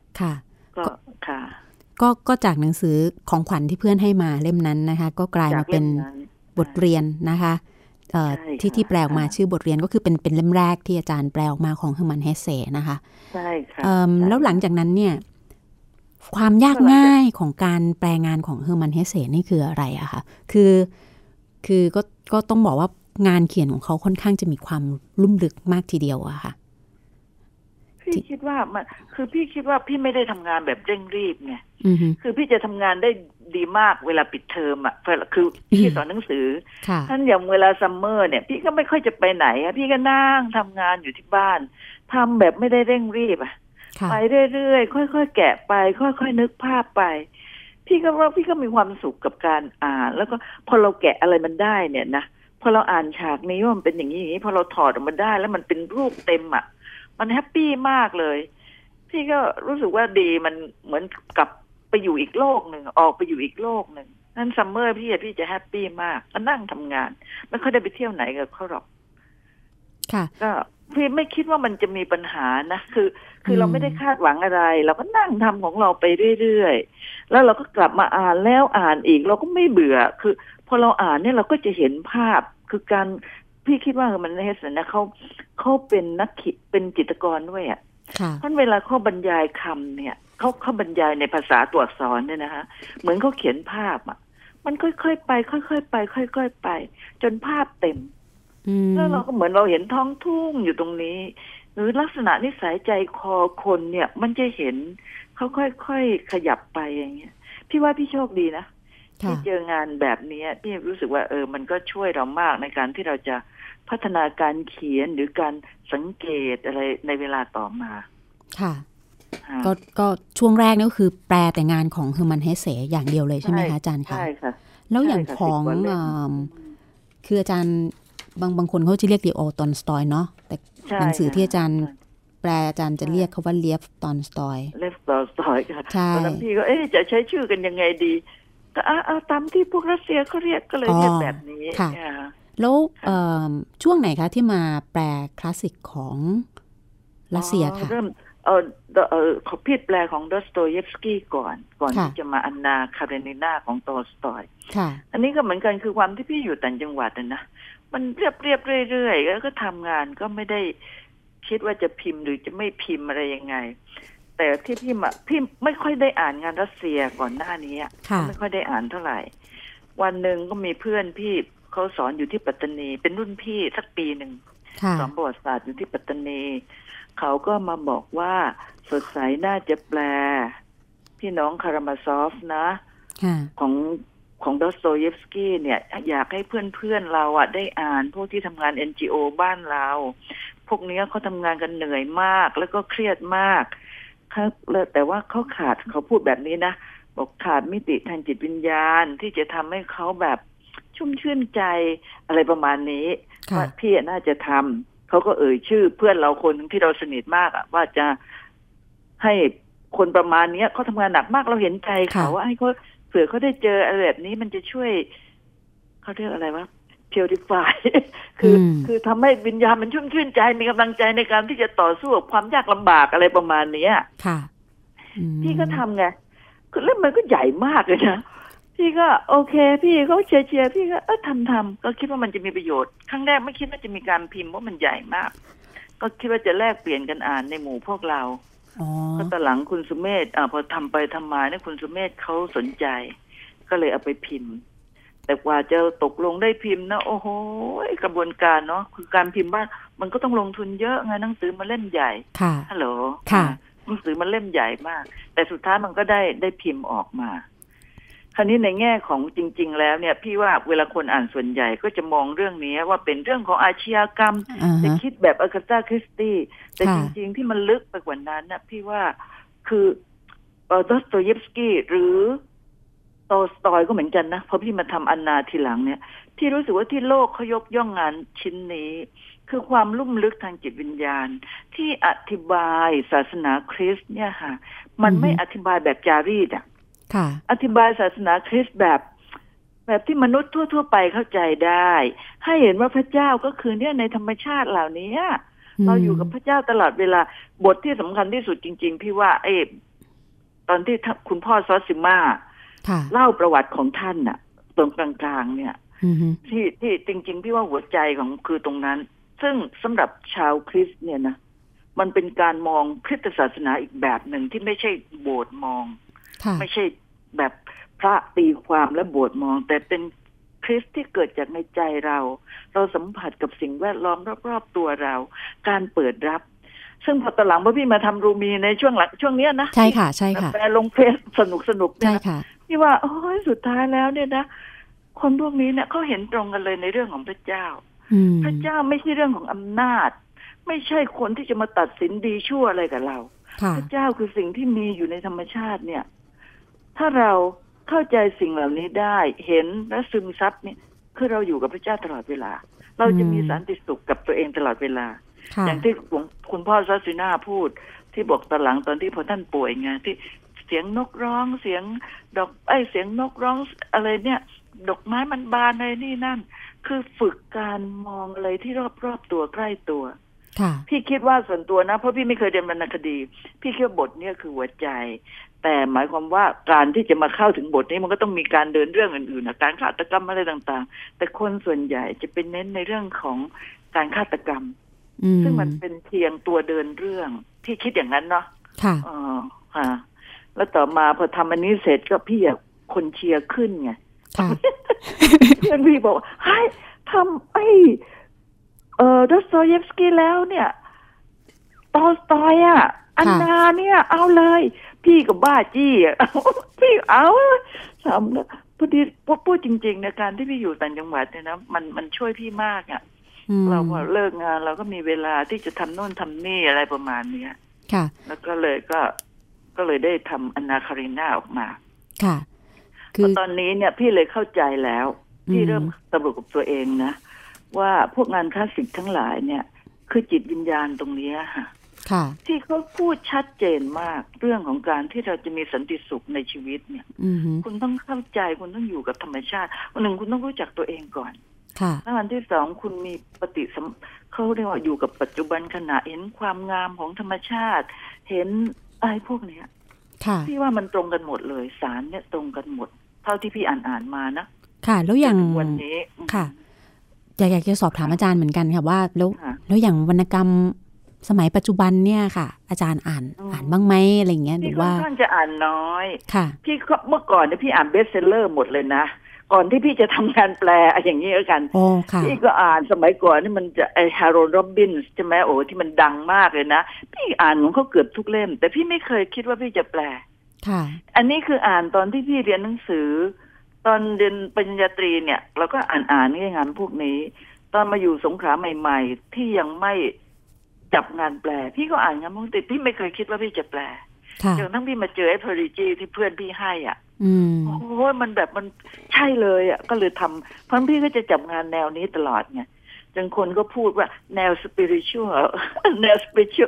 ก็จากหนังสือของขวัญที่เพื่อนให้มาเล่มนั้นนะคะก็กลายมาเป็นบทเรียนนะคะที่แปลออกมาชื่อบทเรียนก็คือเป็นเล่มแรกที่อาจารย์แปลออกมาของเฮอร์มันเฮเสนะคะใช่ค่ะแล้วหลังจากนั้นเนี่ยความยากง่ายของการแปลงานของเฮอร์มันเฮเสนี่คืออะไรอะคะคือก็ต้องบอกว่างานเขียนของเขาค่อนข้างจะมีความลุ่มลึกมากทีเดียวอะค่ะพี่คิดว่าคือพี่คิดว่าพี่ไม่ได้ทำงานแบบเร่งรีบไงคือพี่จะทำงานได้ดีมากเวลาปิดเทอมอ่ะคือพี่สอนหนังสือท่านอย่างเวลาซัมเมอร์เนี่ยพี่ก็ไม่ค่อยจะไปไหนอ่ะพี่ก็นั่งทำงานอยู่ที่บ้านทำแบบไม่ได้เร่งรีบอ่ะไปเรื่อยๆค่อยๆแกะไปค่อยๆนึกภาพไปพี่ก็ว่าพี่ก็มีความสุขกับการอ่านแล้วก็พอเราแกะอะไรมันได้เนี่ยนะพอเราอ่านฉากนี้ว่ามันเป็นอย่างนี้พอเราถอดออกมาได้แล้วมันเป็นรูปเต็มอ่ะมันแฮปปี้มากเลยพี่ก็รู้สึกว่าดีมันเหมือนกับไปอยู่อีกโลกหนึ่งออกไปอยู่อีกโลกหนึ่งนั่นซัมเมอร์พี่จะแฮปปี้มากก็นั่งทำงานไม่ค่อยได้ไปเที่ยวไหนกับเขาหรอกก็พี่ไม่คิดว่ามันจะมีปัญหานะคือเราไม่ได้คาดหวังอะไรเราก็นั่งทำของเราไปเรื่อยๆแล้วเราก็กลับมาอ่านแล้วอ่านอีกเราก็ไม่เบื่อคือพอเราอ่านเนี่ยเราก็จะเห็นภาพคือการพี่คิดว่ามันเฮสนะเขาเป็นนักคิดเป็นจิตรกรด้วยอ่ะเพราะเวลาเขาบรรยายคำเนี่ยเขาบรรยายในภาษาตัวอักษรเนี่ยนะคะเหมือนเขาเขียนภาพอ่ะมันค่อยๆไปค่อยๆไปค่อยๆไปจนภาพเต็มแล้วเราก็เหมือนเราเห็นท้องทุ่งอยู่ตรงนี้หรือลักษณะนิสัยใจคอคนเนี่ยมันจะเห็นเขาค่อยๆขยับไปอย่างเงี้ยพี่ว่าพี่โชคดีนะที่เจองานแบบนี้พี่รู้สึกว่ามันก็ช่วยเรามากในการที่เราจะพัฒนาการเขียนหรือการสังเกตอะไรในเวลาต่อมาค่ะก็ช่วงแรกนี่ก็คือแปลแต่งานของเฮอร์มันเฮเสอย่างเดียวเลยใช่ไหมคะอาจารย์คะใช่ค่ะแล้วอย่างของคืออาจารย์บางคนเขาจะเรียกลีโอตอนสตอยเนาะแต่หนังสือที่อาจารย์แปลอาจารย์จะเรียกเขาว่าเลียฟตอนสตอยค่ะตอนนั้นพี่ก็จะใช้ชื่อกันยังไงดีก็เอาตามที่พวกรัสเซียเขาเรียกก็เลยเรียกแบบนี้ค่ะแล้วช่วงไหนคะที่มาแปลคลาสสิกของรัสเซียค่ะเริ่มขอพี่แปลของดอสโตเยฟสกี้ก่อนที่จะมาอันนาคาเรนินาของโตสตอยอันนี้ก็เหมือนกันคือความที่พี่อยู่ต่างจังหวัดนะมันเรียบเรื่อยๆแล้วก็ทำงานก็ไม่ได้คิดว่าจะพิมพ์หรือจะไม่พิมพ์อะไรยังไงแต่ที่พี่ไม่ค่อยได้อ่านงานรัสเซียก่อนหน้านี้ไม่ค่อยได้อ่านเท่าไหร่วันหนึ่งก็มีเพื่อนพี่เขาสอนอยู่ที่ปัตตานีเป็นรุ่นพี่สักปีหนึ่งสอนประวัติศาสตร์อยู่ที่ปัตตานีเขาก็มาบอกว่าสดใสน่าจะแปลพี่น้องคารามาซอฟนะของดอสโตเยฟสกี้เนี่ยอยากให้เพื่อนเราได้อ่านพวกที่ทำงาน NGO บ้านเราพวกนี้เขาทำงานกันเหนื่อยมากแล้วก็เครียดมากแต่ว่าเขาพูดแบบนี้นะบอกขาดมิติทางจิตวิญญาณที่จะทำให้เขาแบบชุ่มชื่นใจอะไรประมาณนี้ว่าพี่น่าจะทำเขาก็ชื่อเพื่อนเราคนที่เราสนิทมากว่าจะให้คนประมาณนี้เขาทำงานหนักมากเราเห็นใจเขาว่าให้เขาเผื่อเขาได้เจออะไรแบบนี้มันจะช่วยเขาเรียกอะไรวะpurify คือทำให้วิญญาณมันชุ่มชื่นใจมีกำลังใจในการที่จะต่อสู้กับความยากลำบากอะไรประมาณนี้ค่ะพี่ก็ทำไงคือเรื่องมันก็ใหญ่มากเลยนะพี่ก็โอเคพี่เขาเชียร์พี่ก็ทำก็คิดว่ามันจะมีประโยชน์ครั้งแรกไม่คิดว่าจะมีการพิมพ์ว่ามันใหญ่มากก็คิดว่าจะแลกเปลี่ยนกันอ่านในหมู่พวกเราก็ตอนหลังคุณสุเมธพอทำไปทำมาเนี่ยคุณสุเมธเขาสนใจก็เลยเอาไปพิมพ์แต่กว่าจะตกลงได้พิมพ์นะโอ้โหกระบวนการเนาะคือการพิมพ์บ้านมันก็ต้องลงทุนเยอะไงหนังสือมันเล่มใหญ่ค่ะฮัลโหลค่ะหนังสือมันเล่มใหญ่มากแต่สุดท้ายมันก็ได้พิมพ์ออกมาคราวนี้ในแง่ของจริงๆแล้วเนี่ยพี่ว่าเวลาคนอ่านส่วนใหญ่ก็จะมองเรื่องนี้ว่าเป็นเรื่องของอาชญากรรมจะคิดแบบอากาธาคริสตี้แต่จริงๆที่มันลึกไปกว่านั้นนะพี่ว่าคือดอสโตเยฟสกี้หรือโตสตอยก็เหมือนกันนะพอพี่มาทำอันนาทีหลังเนี่ยพี่รู้สึกว่าที่โลกเขายกย่องงานชิ้นนี้คือความลุ่มลึกทางจิตวิญญาณที่อธิบายศาสนาคริสต์เนี่ยค่ะมันไม่อธิบายแบบจารีตอธิบายศาสนาคริสต์แบบที่มนุษย์ทั่วไปเข้าใจได้ให้เห็นว่าพระเจ้าก็คือเนี่ยในธรรมชาติเหล่านี้เราอยู่กับพระเจ้าตลอดเวลาบทที่สำคัญที่สุดจริงๆพี่ว่าตอนที่คุณพ่อซอสซิม่าเล่าประวัติของท่านน่ะตรงกลางๆเนี่ยที่จริงๆพี่ว่าหัวใจของคือตรงนั้นซึ่งสำหรับชาวคริสต์เนี่ยนะมันเป็นการมองคริสตศาสนาอีกแบบหนึ่งที่ไม่ใช่โบสถ์มองไม่ใช่แบบพระตีความและโบสถ์มองแต่เป็นคริสต์ที่เกิดจากในใจเราสัมผัสกับสิ่งแวดล้อมรอบๆตัวเราการเปิดรับซึ่งพอตอนหลังพอพี่มาทำรูมีในช่วงนี้นะใช่ค่ะใช่ค่ะแปลลงเพจสนุกใช่ค่ะพี่ว่าโอ้ยสุดท้ายแล้วเนี่ยนะคนพวกนี้เนี่ยเขาเห็นตรงกันเลยในเรื่องของพระเจ้าพระเจ้าไม่ใช่เรื่องของอำนาจไม่ใช่คนที่จะมาตัดสินดีชั่วอะไรกับเราพระเจ้าคือสิ่งที่มีอยู่ในธรรมชาติเนี่ยถ้าเราเข้าใจสิ่งเหล่านี้ได้เห็นและซึมซับเนี่ยคือเราอยู่กับพระเจ้าตลอดเวลาเราจะมีสันติสุขกับตัวเองตลอดเวลาอย่างที่คุณพ่อซาซิน่าพูดที่บอกตอนหลังตอนที่พอท่านป่วยไงที่เสียงนกร้องเสียงเสียงนกร้องอะไรเนี่ยดอกไม้มันบานอะไรนี่นั่นคือฝึกการมองอะไรที่รอบๆตัวใกล้ตัวพี่คิดว่าส่วนตัวนะเพราะพี่ไม่เคยเรียนวรรณคดีพี่คิดว่าบทนี้คือหัวใจแต่หมายความว่าการที่จะมาเข้าถึงบทนี้มันก็ต้องมีการเดินเรื่องอื่นๆการฆาตกรรมอะไรต่างๆแต่คนส่วนใหญ่จะเป็นเน้นในเรื่องของการฆาตกรรมซึ่งมันเป็นเพียงตัวเดินเรื่องที่คิดอย่างนั้นเนาะค่ะแล้วต่อมาพอทำอันนี้เสร็จก็พี่อยากคนเชียร์ขึ้นไงเพื่อนพี่บอกให้ทำดอสโตเยฟสกี้แล้วเนี่ยตอลสตอยอันนาเนี่ยเอาเลยพี่กับบ้าจี้พี่เอาทำแล้วพอดีพูดจริงๆในการที่พี่อยู่ต่างจังหวัดเนี่ยนะมันช่วยพี่มากเราพอเลิกงานเราก็มีเวลาที่จะทำโน่นทำนี่อะไรประมาณนี้ค่ะแล้วก็เลยได้ทำอนาคาริน่าออกมาค่ะคือตอนนี้เนี่ยพี่เลยเข้าใจแล้วพี่เริ่มสำรวจกับตัวเองนะว่าพวกงานคลาสสิกทั้งหลายเนี่ยคือจิตวิญญาณตรงนี้ค่ะที่เขาพูดชัดเจนมากเรื่องของการที่เราจะมีสันติสุขในชีวิตเนี่ยคุณต้องเข้าใจคุณต้องอยู่กับธรรมชาติวันหนึ่งคุณต้องรู้จักตัวเองก่อนแล้วอันที่สองคุณมีเขาเรียกว่าอยู่กับปัจจุบันขณะเห็นความงามของธรรมชาติเห็นอะไรพวกนี้พี่ว่ามันตรงกันหมดเลยสารเนี่ยตรงกันหมดเท่าที่พี่อ่านมานะค่ะแล้วอย่างวันนี้ค่ะอยากจะสอบถามอาจารย์เหมือนกันค่ะว่าแล้วอย่างวรรณกรรมสมัยปัจจุบันเนี่ยค่ะอาจารย์อ่านบ้างไหมอะไรอย่างเงี้ยหรือว่าพี่ค่อนข้างจะอ่านน้อยค่ะพี่เมื่อก่อนเนี่ยพี่อ่านเบสเซลเลอร์หมดเลยนะก่อนที่พี่จะทำงานแปลอย่างนี้แล้วกันพี่ก็อ่านสมัยก่อนนี่มันจะฮาร์โรลด์ โรบินส์ใช่ไหมที่มันดังมากเลยนะพี่อ่านของเขาเกือบทุกเล่มแต่พี่ไม่เคยคิดว่าพี่จะแปลอันนี้คืออ่านตอนที่พี่เรียนหนังสือตอนเรียนปริญญาตรีเนี่ยเราก็อ่านงานพวกนี้ตอนมาอยู่สงขลาใหม่ๆที่ยังไม่จับงานแปลพี่ก็อ่านงานพวกนี้พี่ไม่เคยคิดว่าพี่จะแปลจนทั้งพี่มาเจอไอ้เพอริจีที่เพื่อนพี่ให้โอ้โหมันแบบมันใช่เลยก็เลยทำเพราะพี่ก็จะจับงานแนวนี้ตลอดไงจนคนก็พูดว่าแนวสปิริตชัวล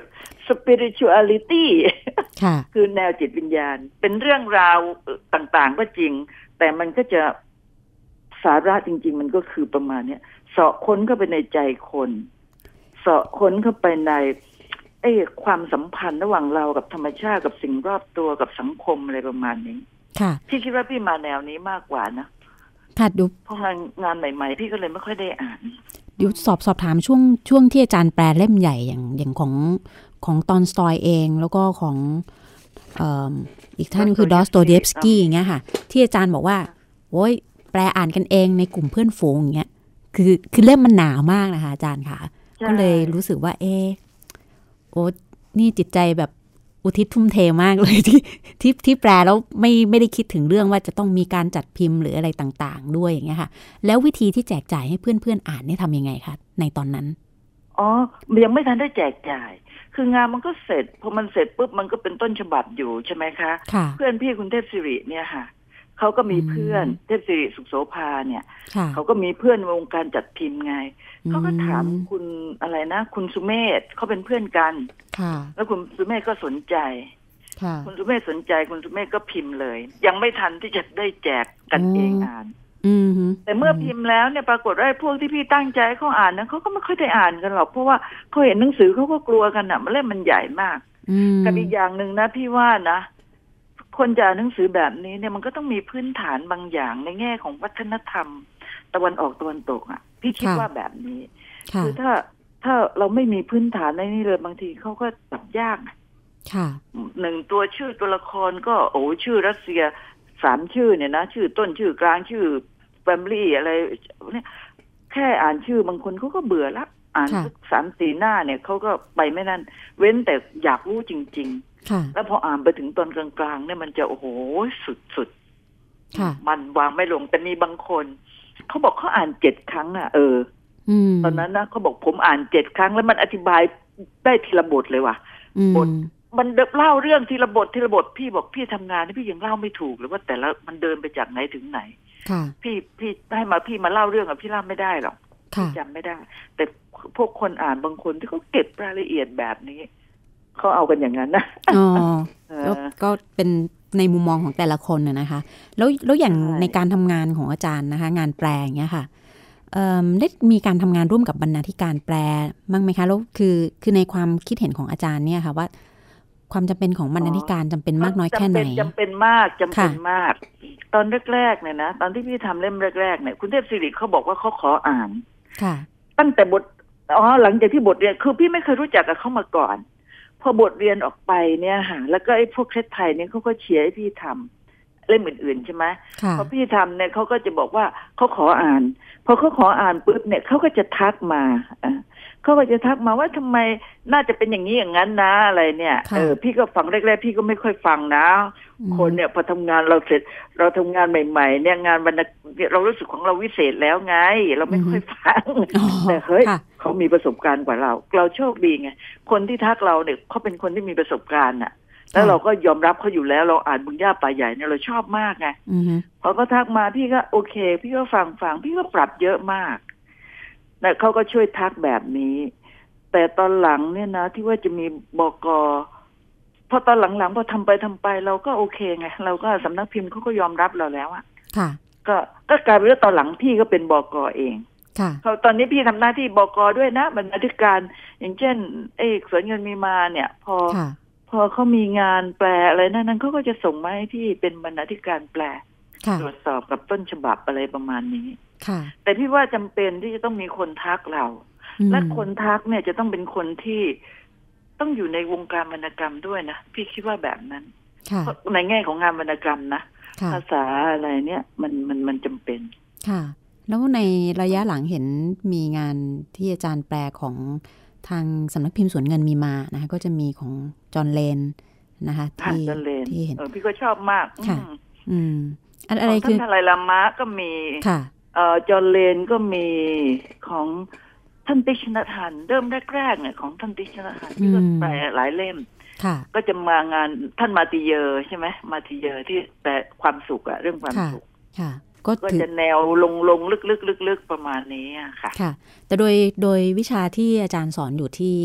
spirituality คือแนวจิตวิญญาณเป็นเรื่องราวต่างๆก็จริงแต่มันก็จะสาระจริงๆมันก็คือประมาณนี้เสาะค้นเข้าไปในใจคนเสาะค้นเข้าไปในความสัมพันธ์ระหว่างเรากับธรรมชาติกับสิ่งรอบตัวกับสังคมอะไรประมาณนี้พี่คิดว่าพี่มาแนวนี้มากกว่านะค่ะดูเพราะงานใหม่ๆพี่ก็เลยไม่ค่อยได้อ่านดูสอบถามช่วงที่อาจารย์แปลเล่มใหญ่อย่างของตอนสตอยเองแล้วก็ของอีกท่านคือดอสโตเยฟสกี้อย่างเงี้ยค่ะที่อาจารย์บอกว่าโอ้ยแปลอ่านกันเองในกลุ่มเพื่อนฝูงอย่างเงี้ยคือเล่มมันหนามากนะคะอาจารย์ค่ะก็เลยรู้สึกว่าโอ้นี่จิตใจแบบอุทิศทุ่มเทมากเลยที่แปลแล้วไม่ได้คิดถึงเรื่องว่าจะต้องมีการจัดพิมพ์หรืออะไรต่างๆด้วยอย่างเงี้ยค่ะแล้ววิธีที่แจกจ่ายให้เพื่อนๆอ่านเนี่ยทำยังไงคะในตอนนั้นยังไม่ทันได้แจกจ่ายคืองานมันก็เสร็จพอมันเสร็จปุ๊บมันก็เป็นต้นฉบับอยู่ใช่ไหมคะเพื่อนพี่คุณเทพศิริเนี่ยค่ะเขาก็มีเพื่อนเทพศิริสุขโสภาเนี่ยเขาก็มีเพื่อนวงการจัดพิมพ์ไงเขาก็ถามคุณอะไรนะคุณสุเมธเขาเป็นเพื่อนกันแล้วคุณสุเมธก็สนใจคุณสุเมธสนใจคุณสุเมธก็พิมพ์เลยยังไม่ทันที่จะได้แจกกันเองอ่านแต่เมื่อพิมพ์แล้วเนี่ยปรากฏว่าพวกที่พี่ตั้งใจเขาอ่านนะเขาก็ไม่ค่อยได้อ่านกันหรอกเพราะว่าเขาเห็นหนังสือเขาก็กลัวกันอ่ะมันเล่มมันใหญ่มากกับอีกอย่างหนึ่งนะพี่ว่านะคนจะอ่านหนังสือแบบนี้เนี่ยมันก็ต้องมีพื้นฐานบางอย่างในแง่ของวัฒนธรรมตะวันออกตะวันตกอ่ะพี่คิดว่าแบบนี้คือถ้าเราไม่มีพื้นฐานในนี้เลยบางทีเขาก็จับยากหนึ่งตัวชื่อตัวละครก็ชื่อรัสเซีย3ชื่อเนี่ยนะชื่อต้นชื่อกลางชื่อแฟมิลี่อะไรเนี่ยแค่อ่านชื่อบางคนเขาก็เบื่อละอ่านสัก3-4 หน้าเนี่ยเขาก็ไปไม่นั่นเว้นแต่อยากรู้จริงๆแล้วพออ่านไปถึงตอนกลางๆเนี่ยมันจะโอ้โหสุดๆมันวางไม่ลงแต่มีบางคนเขาบอกเขาอ่าน7 ครั้งอ่ะตอนนั้นนะเขาบอกผมอ่าน7 ครั้งแล้วมันอธิบายได้ทีละบทเลยว่ะบทมันเล่าเรื่องทีละบทพี่บอกพี่ทำงานนี่พี่ยังเล่าไม่ถูกเลยว่าแต่ละมันเดินไปจากไหนถึงไหนพี่ให้มาพี่มาเล่าเรื่องกับพี่เล่าไม่ได้หรอกพี่จำไม่ได้แต่พวกคนอ่านบางคนที่เขาเก็บรายละเอียดแบบนี้เขาเอากันอย่างนั้นนะก็เป็นในมุมมองของแต่ละคนนะคะแล้วอย่างในการทำงานของอาจารย์นะคะงานแปลอย่างเงี้ยค่ะได้มีการทำงานร่วมกับบรรณาธิการแปลบ้างไหมคะแล้วคือในความคิดเห็นของอาจารย์เนี่ยค่ะว่าความจำเป็นของบรรณาธิการจำเป็นมากน้อยแค่ไหนจำเป็นมากตอนแรกๆเนี่ยนะตอนที่พี่ทำเล่มแรกๆเนี่ยคุณเทพศิริเขาบอกว่าเขาขออ่านตั้งแต่บทหลังจากที่บทเรียนคือพี่ไม่เคยรู้จักกับเขามาก่อนพอบทเรียนออกไปเนี่ยค่ะแล้วก็ไอ้พวกเคสไทยเนี่ยเขาก็เชียร์ให้พี่ทำเล่มอื่นๆใช่ไหมพอพี่ทำเนี่ยเขาก็จะบอกว่าเขาขออ่านพอเขาขออ่านปุ๊บเนี่ยเขาก็จะทักมาเขาก็จะทักมาว่าทำไมน่าจะเป็นอย่างนี้อย่างนั้นนะอะไรเนี่ยพี่ก็ฟังแรกๆพี่ก็ไม่ค่อยฟังนะคนเนี่ยพอทำงานเราเสร็จเราทำงานใหม่ๆเนี่ยงานเรารู้สึกของเราวิเศษแล้วไงเราไม่ค่อยฟังแต่เฮ้ยเขามีประสบการณ์กว่าเราโชคดีไงคนที่ทักเราเนี่ยเขาเป็นคนที่มีประสบการณ์อ่ะแล้วเราก็ยอมรับเขาอยู่แล้วเราอ่านบุญญาป่าใหญ่เนี่ยเราชอบมากไงพอเขาทักมาพี่ก็โอเคพี่ก็ฟังพี่ก็ปรับเยอะมากแต่เขาก็ช่วยทักแบบนี้แต่ตอนหลังเนี่ยนะที่ว่าจะมีบก.พอตอนหลังๆพอทำไปเราก็โอเคไงเราก็สำนักพิมพ์เขาก็ยอมรับเราแล้วอะก็กลายเป็นว่าตอนหลังพี่ก็เป็นบก.เองเขาตอนนี้พี่ทำหน้าที่บก.ด้วยนะบรรณาธิการอย่างเช่นสวนเงินมีมาเนี่ยพอเขามีงานแปลอะไรนั่นเขาก็จะส่งมาให้พี่เป็นบรรณาธิการแปลตรวจสอบกับต้นฉบับอะไรประมาณนี้แต่พี่ว่าจำเป็นที่จะต้องมีคนทักเราและคนทักเนี่ยจะต้องเป็นคนที่ต้องอยู่ในวงการวรรณกรรมด้วยนะพี่คิดว่าแบบนั้นในแง่ของงานวรรณกรรมนะภาษาอะไรเนี่ยมันจำเป็นค่ะแล้วในระยะหลังเห็นมีงานที่อาจารย์แปลของทางสำนักพิมพ์สวนเงินมีมานะคะก็จะมีของจอห์นเลนนะคะที่เห็นพี่ก็ชอบมากค่ะอะไรคือท่านอะไรละมะก็มีจอห์นเลนก็มีของท่านติชนทันเริ่มแรกๆเนี่ยของท่านติชนทันที่ก็แปลหลายเล่มก็จะมางานท่านมาติเยอร์ใช่ไหมมาติเยอร์ที่แปลความสุขอะเรื่องความสุขก็จะแนวลงลึกประมาณนี้ค่ะค่ะแต่โดยวิชาที่อาจารย์สอนอยู่ที่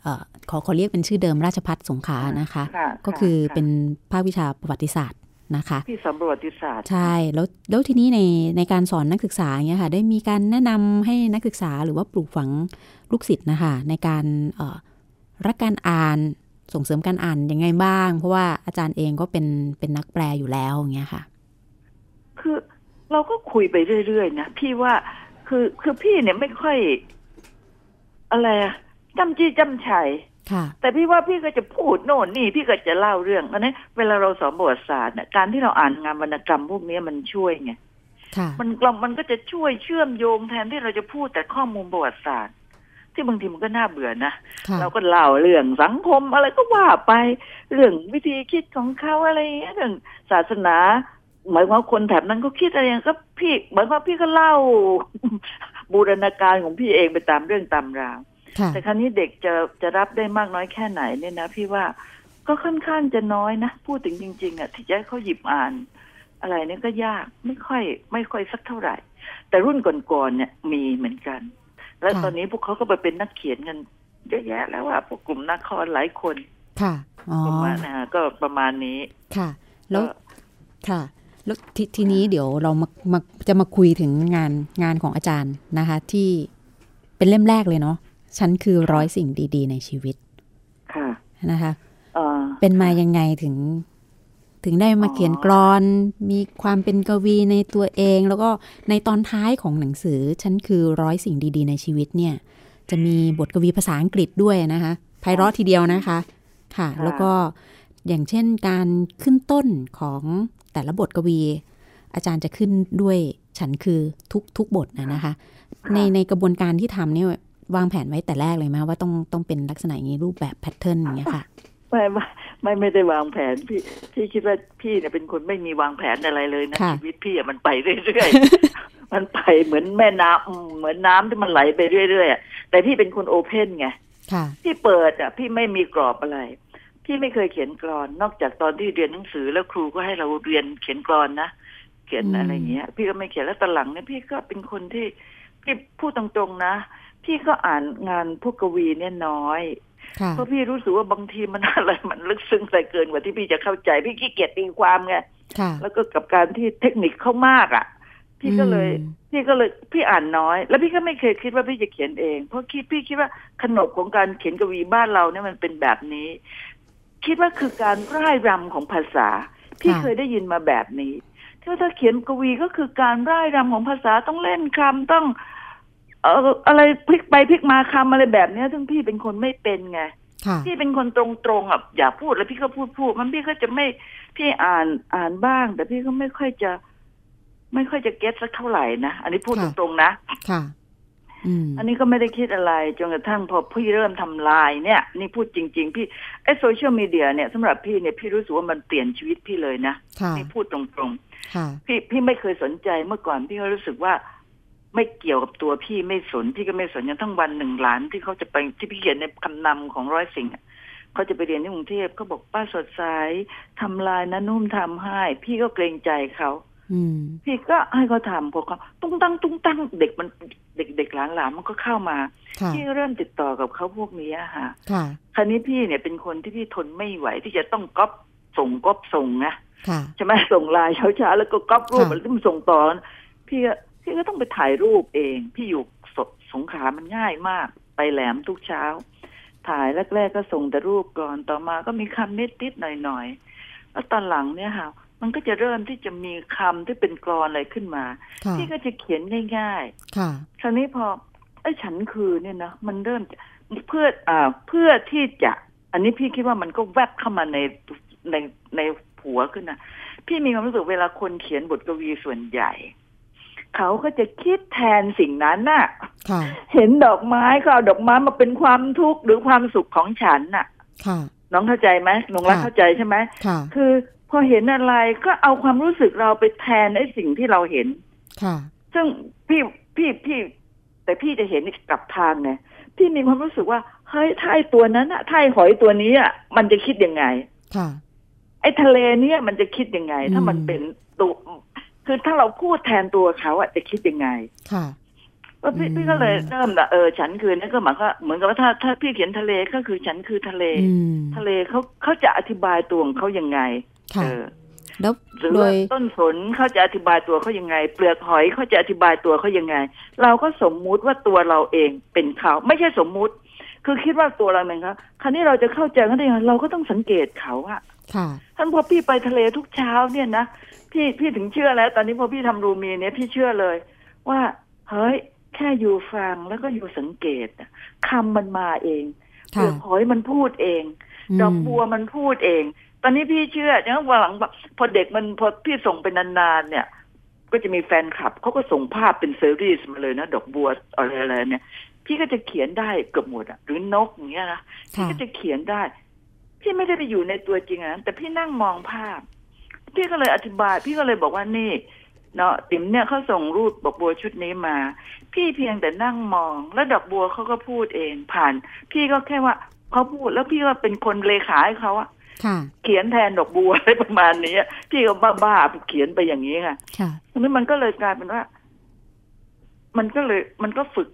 ขอเรียกเป็นชื่อเดิมราชภัฏสงขลานะคะก็คือเป็นภาควิชาประวัติศาสตร์นะคะที่สอนประวัติศาสตร์ใช่แล้วทีนี้ในการสอนนักศึกษาอย่างเงี้ยค่ะได้มีการแนะนำให้นักศึกษาหรือว่าปลูกฝังลูกศิษย์นะคะในการรักการอ่านส่งเสริมการอ่านยังไงบ้างเพราะว่าอาจารย์เองก็เป็นนักแปลอยู่แล้วอย่างเงี้ยค่ะคือเราก็คุยไปเรื่อยๆนะพี่ว่าคือพี่เนี่ยไม่ค่อยอะไรจำจี้จำชัยแต่พี่ว่าพี่ก็จะพูดโน่นนี่พี่ก็จะเล่าเรื่องอันนี้เวลาเราสอนประวัติศาสตร์เนี่ยการที่เราอ่านงานวรรณกรรมพวกนี้มันช่วยไงมันก็จะช่วยเชื่อมโยงแทนที่เราจะพูดแต่ข้อมูลประวัติศาสตร์ที่บางทีมันก็น่าเบื่อนะเราก็เล่าเรื่องสังคมอะไรก็ว่าไปเรื่องวิธีคิดของเขาอะไรเรื่องศาสนาหมายว่าคนแถบนั้นเขาคิดอะไรก็พี่เหมือนว่าพี่ก็เล่าบูรณาการของพี่เองไปตามเรื่องตามราวแต่ครั้นี้เด็กจะรับได้มากน้อยแค่ไหนเนี่ยนะพี่ว่าก็ค่อนข้างจะน้อยนะพูดถึงจริงๆที่จะให้เขาหยิบอ่านอะไรเนี่ยก็ยากไม่ค่อยสักเท่าไหร่แต่รุ่นก่อนๆเนี่ยมีเหมือนกันแล้วตอนนี้พวกเขาก็ไปเป็นนักเขียนกันเยอะแยะแล้วว่าพวกกลุ่มนักคอหลายคนค่ะประมาณก็ประมาณนี้ค่ะแล้วค่ะแล้วทีนี้เดี๋ยวเราจะมาคุยถึงงานของอาจารย์นะคะที่เป็นเล่มแรกเลยเนาะฉันคือ100 สิ่งดีๆในชีวิตค่ะนะคะเป็นมายังไงถึงได้มาเขียนกลอนมีความเป็นกวีในตัวเองแล้วก็ในตอนท้ายของหนังสือฉันคือ100 สิ่งดีๆในชีวิตเนี่ยจะมีบทกวีภาษาอังกฤษด้วยนะคะไพเราะทีเดียวนะคะค่ะแล้วก็อย่างเช่นการขึ้นต้นของแต่ละบทกวีอาจารย์จะขึ้นด้วยฉันคือทุกบทนะคะในกระบวนการที่ทำเนี่ยวางแผนไว้แต่แรกเลยไหมว่าต้องเป็นลักษณะอย่างนี้รูปแบบแพทเทิร์นอย่างเงี้ยค่ะไม่ได้วางแผนพี่คิดว่าพี่เนี่ยเป็นคนไม่มีวางแผนอะไรเลยนะชีวิตพี่มันไปเรื่อยๆมันไปเหมือนแม่น้ำเหมือนน้ำที่มันไหลไปเรื่อยๆแต่พี่เป็นคนโอเพ่นไงพี่เปิดพี่ไม่มีกรอบอะไรพี่ไม่เคยเขียนกลอนนอกจากตอนที่เรียนหนังสือแล้วครูก็ให้เราเรียนเขียนกลอนนะเขียนอะไรเงี้ยพี่ก็ไม่เขียนแล้วตอนหลังเนี่ยพี่ก็เป็นคนที่พี่พูดตรงๆนะพี่ก็อ่านงานพวกกวีเนี่ยน้อยเพราะพี่รู้สึกว่าบางทีมันอะไรมันลึกซึ้งไปเกินกว่าที่พี่จะเข้าใจพี่ขี้เกียจตีความไงแล้วก็กับการที่เทคนิคเข้ามากพี่ก็เลยพี่อ่านน้อยแล้วพี่ก็ไม่เคยคิดว่าพี่จะเขียนเองเพราะพี่คิดว่าขนบของการเขียนกวีบ้านเราเนี่ยมันเป็นแบบนี้คิดว่าคือการร่ายรำของภาษาพี่เคยได้ยินมาแบบนี้ที่ว่าถ้าเขียนกวีก็คือการร่ายรำของภาษาต้องเล่นคำต้องอะไรพลิกไปพลิกมาคำอะไรแบบนี้ซึ่งพี่เป็นคนไม่เป็นไงพี่เป็นคนตรงๆอยากพูดแล้วพี่ก็พูดมันพี่ก็จะไม่พี่อ่านบ้างแต่พี่ก็ไม่ค่อยจะเก็ตสักเท่าไหร่นะอันนี้พูดตรงๆนะค่ะอันนี้ก็ไม่ได้คิดอะไรจนกระทั่งพอพี่เริ่มทำลายเนี่ยนี่พูดจริงๆพี่โซเชียลมีเดียเนี่ยสำหรับพี่เนี่ยพี่รู้สึกว่ามันเปลี่ยนชีวิตพี่เลยนะนี่พูดตรงๆพี่ไม่เคยสนใจเมื่อก่อนพี่ก็รู้สึกว่าไม่เกี่ยวกับตัวพี่ไม่สนพี่ก็ไม่สนจนทั้งวัน1 ล้านที่เขาจะไปที่พี่เขียนในคำนำของ100 สิ่งเขาจะไปเรียนที่กรุงเทพเขาบอกป้าสดใสทำลายนะนุ่มทำให้พี่ก็เกรงใจเขาพี่ก็ให้เขาทำพวกเขาตุ้งตั้งเด็กมันเด็กหลานมันก็เข้ามาพี่เริ่มติดต่อกับเขาพวกนี้ค่ะคราวนี้พี่เนี่ยเป็นคนที่พี่ทนไม่ไหวที่จะต้องก๊อปส่งนะใช่ไหมส่งไลน์เช้าแล้วก็ก๊อปรูปแล้วต้องส่งต่อพี่ก็ต้องไปถ่ายรูปเองพี่อยู่สงขลามันง่ายมากไปแหลมทุกเช้าถ่ายแรกๆก็ส่งแต่รูปก่อนต่อมาก็มีคำนิดๆหน่อยๆแล้วตอนหลังเนี่ยค่ะมันก็จะเริ่มที่จะมีคำที่เป็นกลอนอะไรขึ้นมาพี่ก็จะเขียนง่ายๆคราวนี้พอฉันคือเนี่ยนะมันเริ่มเพื่อที่จะอันนี้พี่คิดว่ามันก็แวบเข้ามาในหัวขึ้นนะพี่มีความรู้สึกเวลาคนเขียนบทกวีส่วนใหญ่เขาก็จะคิดแทนสิ่งนั้นน่ะเห็นดอกไม้ก็เอาดอกไม้มาเป็นความทุกข์หรือความสุขของฉันน่ะน้องเข้าใจไหมน้องรักเข้าใจใช่ไหมคือพอเห็นอะไรก็เอาความรู้สึกเราไปแทนไอ้สิ่งที่เราเห็นซึ่งพี่แต่พี่จะเห็นกลับทางไงพี่มีความรู้สึกว่าเฮ้ยถ้าไอ้ตัวนั้นอะถ้าไอ้หอยตัวนี้อะมันจะคิดยังไงไอ้ทะเลเนี่ยมันจะคิดยังไงถ้ามันเป็นตัวคือถ้าเราพูดแทนตัวเขาอะจะคิดยังไงพี่ก็เลยเริ่มฉันคือนั่นก็หมายก็เหมือนกับว่าถ้าพี่เขียนทะเลก็คือฉันคือทะเลเขาจะอธิบายตัวของเขายังไงแล้วหรือว่าต้นสนเขาจะอธิบายตัวเขายังไงเปลือกหอยเขาจะอธิบายตัวเขายังไงเราก็สมมุติว่าตัวเราเองเป็นเขาไม่ใช่สมมุติคือคิดว่าตัวเราเองครับคราวนี้เราจะเข้าใจเขาได้ยังไงเราก็ต้องสังเกตเขาอะท่านพอพี่ไปทะเลทุกเช้าเนี่ยนะพี่ถึงเชื่อแล้วตอนนี้พอพี่ทำรูมีเนี่ยพี่เชื่อเลยว่าเฮ้ยแค่อยู่ฟังแล้วก็อยู่สังเกตคำมันมาเองเปลือกหอยมันพูดเองดอกบัวมันพูดเองตอนนี้พี่เชื่อเนี่ยวันหลังพอเด็กมันพอพี่ส่งไปนานๆเนี่ยก็จะมีแฟนคลับเขาก็ส่งภาพเป็นซีรีส์มาเลยนะดอกบัวอะไรเนี่ยพี่ก็จะเขียนได้เกือบหมดหรือนกอย่างเงี้ยนะพี่ก็จะเขียนได้พี่ไม่ได้ไปอยู่ในตัวจริงนะแต่พี่นั่งมองภาพพี่ก็เลยอธิบายพี่ก็เลยบอกว่านี่เนาะติ๋มเนี่ยเขาส่งรูปดอกบัวชุดนี้มาพี่เพียงแต่นั่งมองแล้วดอกบัวเขาก็พูดเองผ่านพี่ก็แค่ว่าเขาพูดแล้วพี่ก็เป็นคนเลขาให้เขาอะเขียนแทนดอกบัวอะไรประมาณนี้พี่ก็บ้าๆเขียนไปอย่างนี้ค่ะทีนี้มันก็เลยกลายเป็นว่ามันก็ฝึก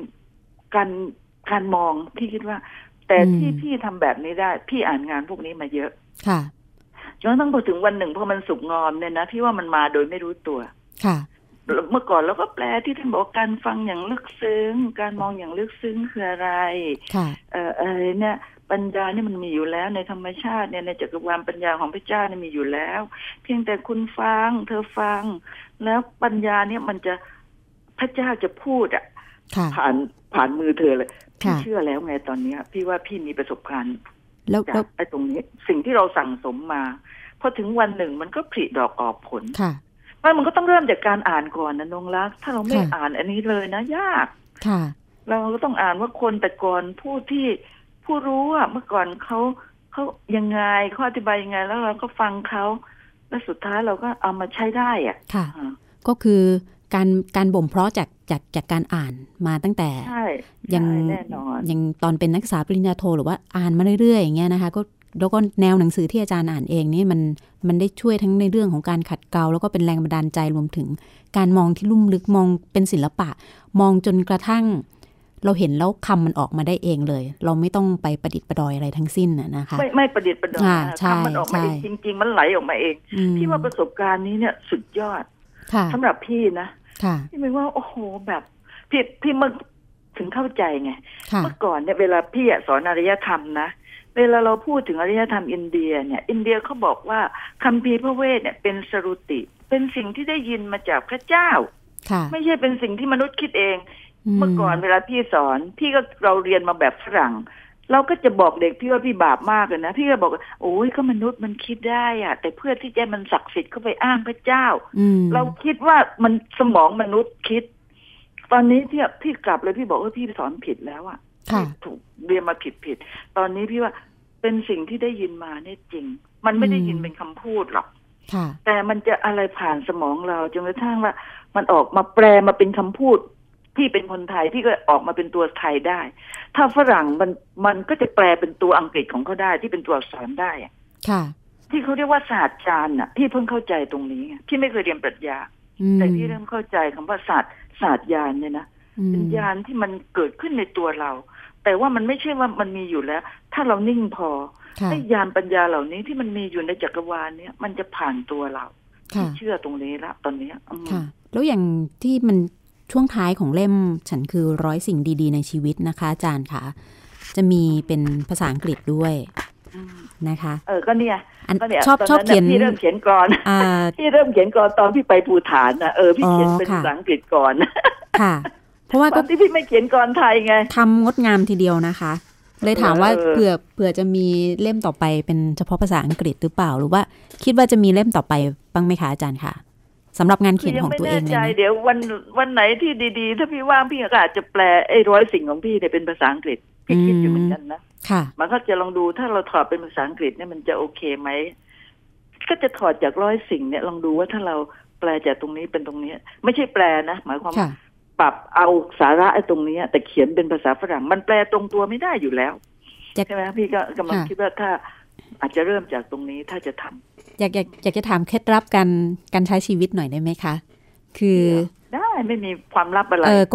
การมองพี่คิดว่าแต่ที่พี่ทำแบบนี้ได้พี่อ่านงานพวกนี้มาเยอะจนต้องพอถึงวันหนึ่งพอมันสุกงอมเนี่ยนะพี่ว่ามันมาโดยไม่รู้ตัวเมื่อก่อนเราก็แปลที่ท่านบอกการฟังอย่างลึกซึ้งการมองอย่างลึกซึ้งคืออะไรอะไรเนี่ยปัญญาเนี่ยมันมีอยู่แล้วในธรรมชาติเนี่ยในจักรวาลปัญญาของพระเจ้าเนี่ยมีอยู่แล้วเพียงแต่คุณฟังเธอฟังแล้วปัญญาเนี่ยมันจะพระเจ้าจะพูดผ่านมือเธอเลยพี่เชื่อแล้วไงตอนนี้พี่ว่าพี่มีประสบการณ์จากไอ้ตรงนี้สิ่งที่เราสั่งสมมาพอถึงวันหนึ่งมันก็ผลิดอกออกผลมันก็ต้องเริ่มจากการอ่านก่อนนะนงรักถ้าเราไม่อ่านอันนี้เลยนะยากเราก็ต้องอ่านว่าคนแต่ก่อนผู้รู้อ่ะเมื่อก่อนเขายังไงเขาอธิบายยังไงแล้วเราก็ฟังเขาแล้วสุดท้ายเราก็เอามาใช้ได้อ่ะก็คือการบ่มเพาะจากการอ่านมาตั้งแต่ยังตอนเป็นนักศึกษาปริญญาโทหรือว่าอ่านมาเรื่อยๆอย่างเงี้ยนะคะก็แล้วก็แนวหนังสือที่อาจารย์อ่านเองนี่มันได้ช่วยทั้งในเรื่องของการขัดเกลาแล้วก็เป็นแรงบันดาลใจรวมถึงการมองที่ลุ่มลึกมองเป็นศิลปะมองจนกระทั่งเราเห็นแล้วคำมันออกมาได้เองเลยเราไม่ต้องไปประดิษฐ์ประดอยอะไรทั้งสิ้นนะคะไม่ประดิษฐ์ประดอยคำมันออกมาเองจริงๆมันไหลออกมาเองพี่ว่าประสบการณ์นี้เนี่ยสุดยอดสำหรับพี่นะพี่ไม่ว่าโอ้โหแบบพี่มึงถึงเข้าใจไงเมื่อก่อนเนี่ยเวลาพี่สอนอารยธรรมนะเวลาเราพูดถึงอารยธรรมอินเดียเนี่ยอินเดียเขาบอกว่าคัมภีร์พระเวทเนี่ยเป็นสรุติเป็นสิ่งที่ได้ยินมาจากพระเจ้าไม่ใช่เป็นสิ่งที่มนุษย์คิดเองเมื่อก่อนเวลาพี่สอนพี่ก็เราเรียนมาแบบฝรั่งเราก็จะบอกเด็กพี่ว่าพี่บาปมากเลยนะพี่ก็บอกโอ้ยก็มนุษย์มันคิดได้อะแต่เพื่อที่จะมันศักดิ์สิทธิ์เข้าไปอ้างพระเจ้าเราคิดว่ามันสมองมนุษย์คิดตอนนี้พี่กลับเลยพี่บอกว่าพี่สอนผิดแล้วอ่ะถูกเรียนมาผิดตอนนี้พี่ว่าเป็นสิ่งที่ได้ยินมาเนี่ยจริงมันไม่ได้ยินเป็นคำพูดหรอกแต่มันจะอะไรผ่านสมองเราจนกระทั่งว่ามันออกมาแปลมาเป็นคำพูดพี่เป็นคนไทยพี่ก็ออกมาเป็นตัวไทยได้ถ้าฝรั่งมันก็จะแปลเป็นตัวอังกฤษของเขาได้ที่เป็นตัวอักษรได้ที่เขาเรียกว่าศาสตร์จารย์น่ะพี่เพิ่งเข้าใจตรงนี้พี่ไม่เคยเรียนปรัชญาแต่พี่เริ่มเข้าใจคำว่าศาสตร์ญาณเนี่ยนะเป็นญาณที่มันเกิดขึ้นในตัวเราแต่ว่ามันไม่ใช่ว่ามันมีอยู่แล้วถ้าเรานิ่งพอให้ญาณปัญญาเหล่านี้ที่มันมีอยู่ในจักรวาลเนี่ยมันจะผ่านตัวเราที่เชื่อตรงนี้ละตอนนี้แล้วอย่างที่มันช่วงท้ายของเล่มฉันคือ100 สิ่งดีๆในชีวิตนะคะอาจารย์คะจะมีเป็นภาษาอังกฤษด้วยนะคะก็เนี่ยชอบเขียนพี่เริ่มเขียนกลอนพี่เริ่มเขียนกลอนตอนพี่ไปภูฐานนะพี่เขียนเป็นภาษาอังกฤษก่อนค่ะเพราะว่าตอนที่พี่ไม่เขียนกลอนไทยไงทำงดงามทีเดียวนะคะเลยถามว่าเผื่อจะมีเล่มต่อไปเป็นเฉพาะภาษาอังกฤษหรือเปล่าหรือว่าคิดว่าจะมีเล่มต่อไปบ้างไหมคะอาจารย์ค่ะสำหรับงานเขียนของตัวเองเลยนะเดี๋ยววันไหนที่ดีๆถ้าพี่ว่างพี่ก็อาจจะแปลไอ้100 สิ่งของพี่เนี่ยเป็นภาษาอังกฤษพี่คิดอยู่เหมือนกันนะมันก็จะลองดูถ้าเราถอดเป็นภาษาอังกฤษเนี่ยมันจะโอเคไหมก็จะถอดจาก100 สิ่งเนี่ยลองดูว่าถ้าเราแปลจากตรงนี้เป็นตรงนี้ไม่ใช่แปลนะหมายความว่าปรับเอาสาระไอ้ตรงนี้แต่เขียนเป็นภาษาฝรั่งมันแปลตรงตัวไม่ได้อยู่แล้วใช่ไหมพี่ก็กำลังคิดว่าถ้าอาจจะเริ่มจากตรงนี้ถ้าจะทำอยากจะถามเคล็ดลับการใช้ชีวิตหน่อยได้ไหมคะคือได้ไม่มีความลับอะไรก็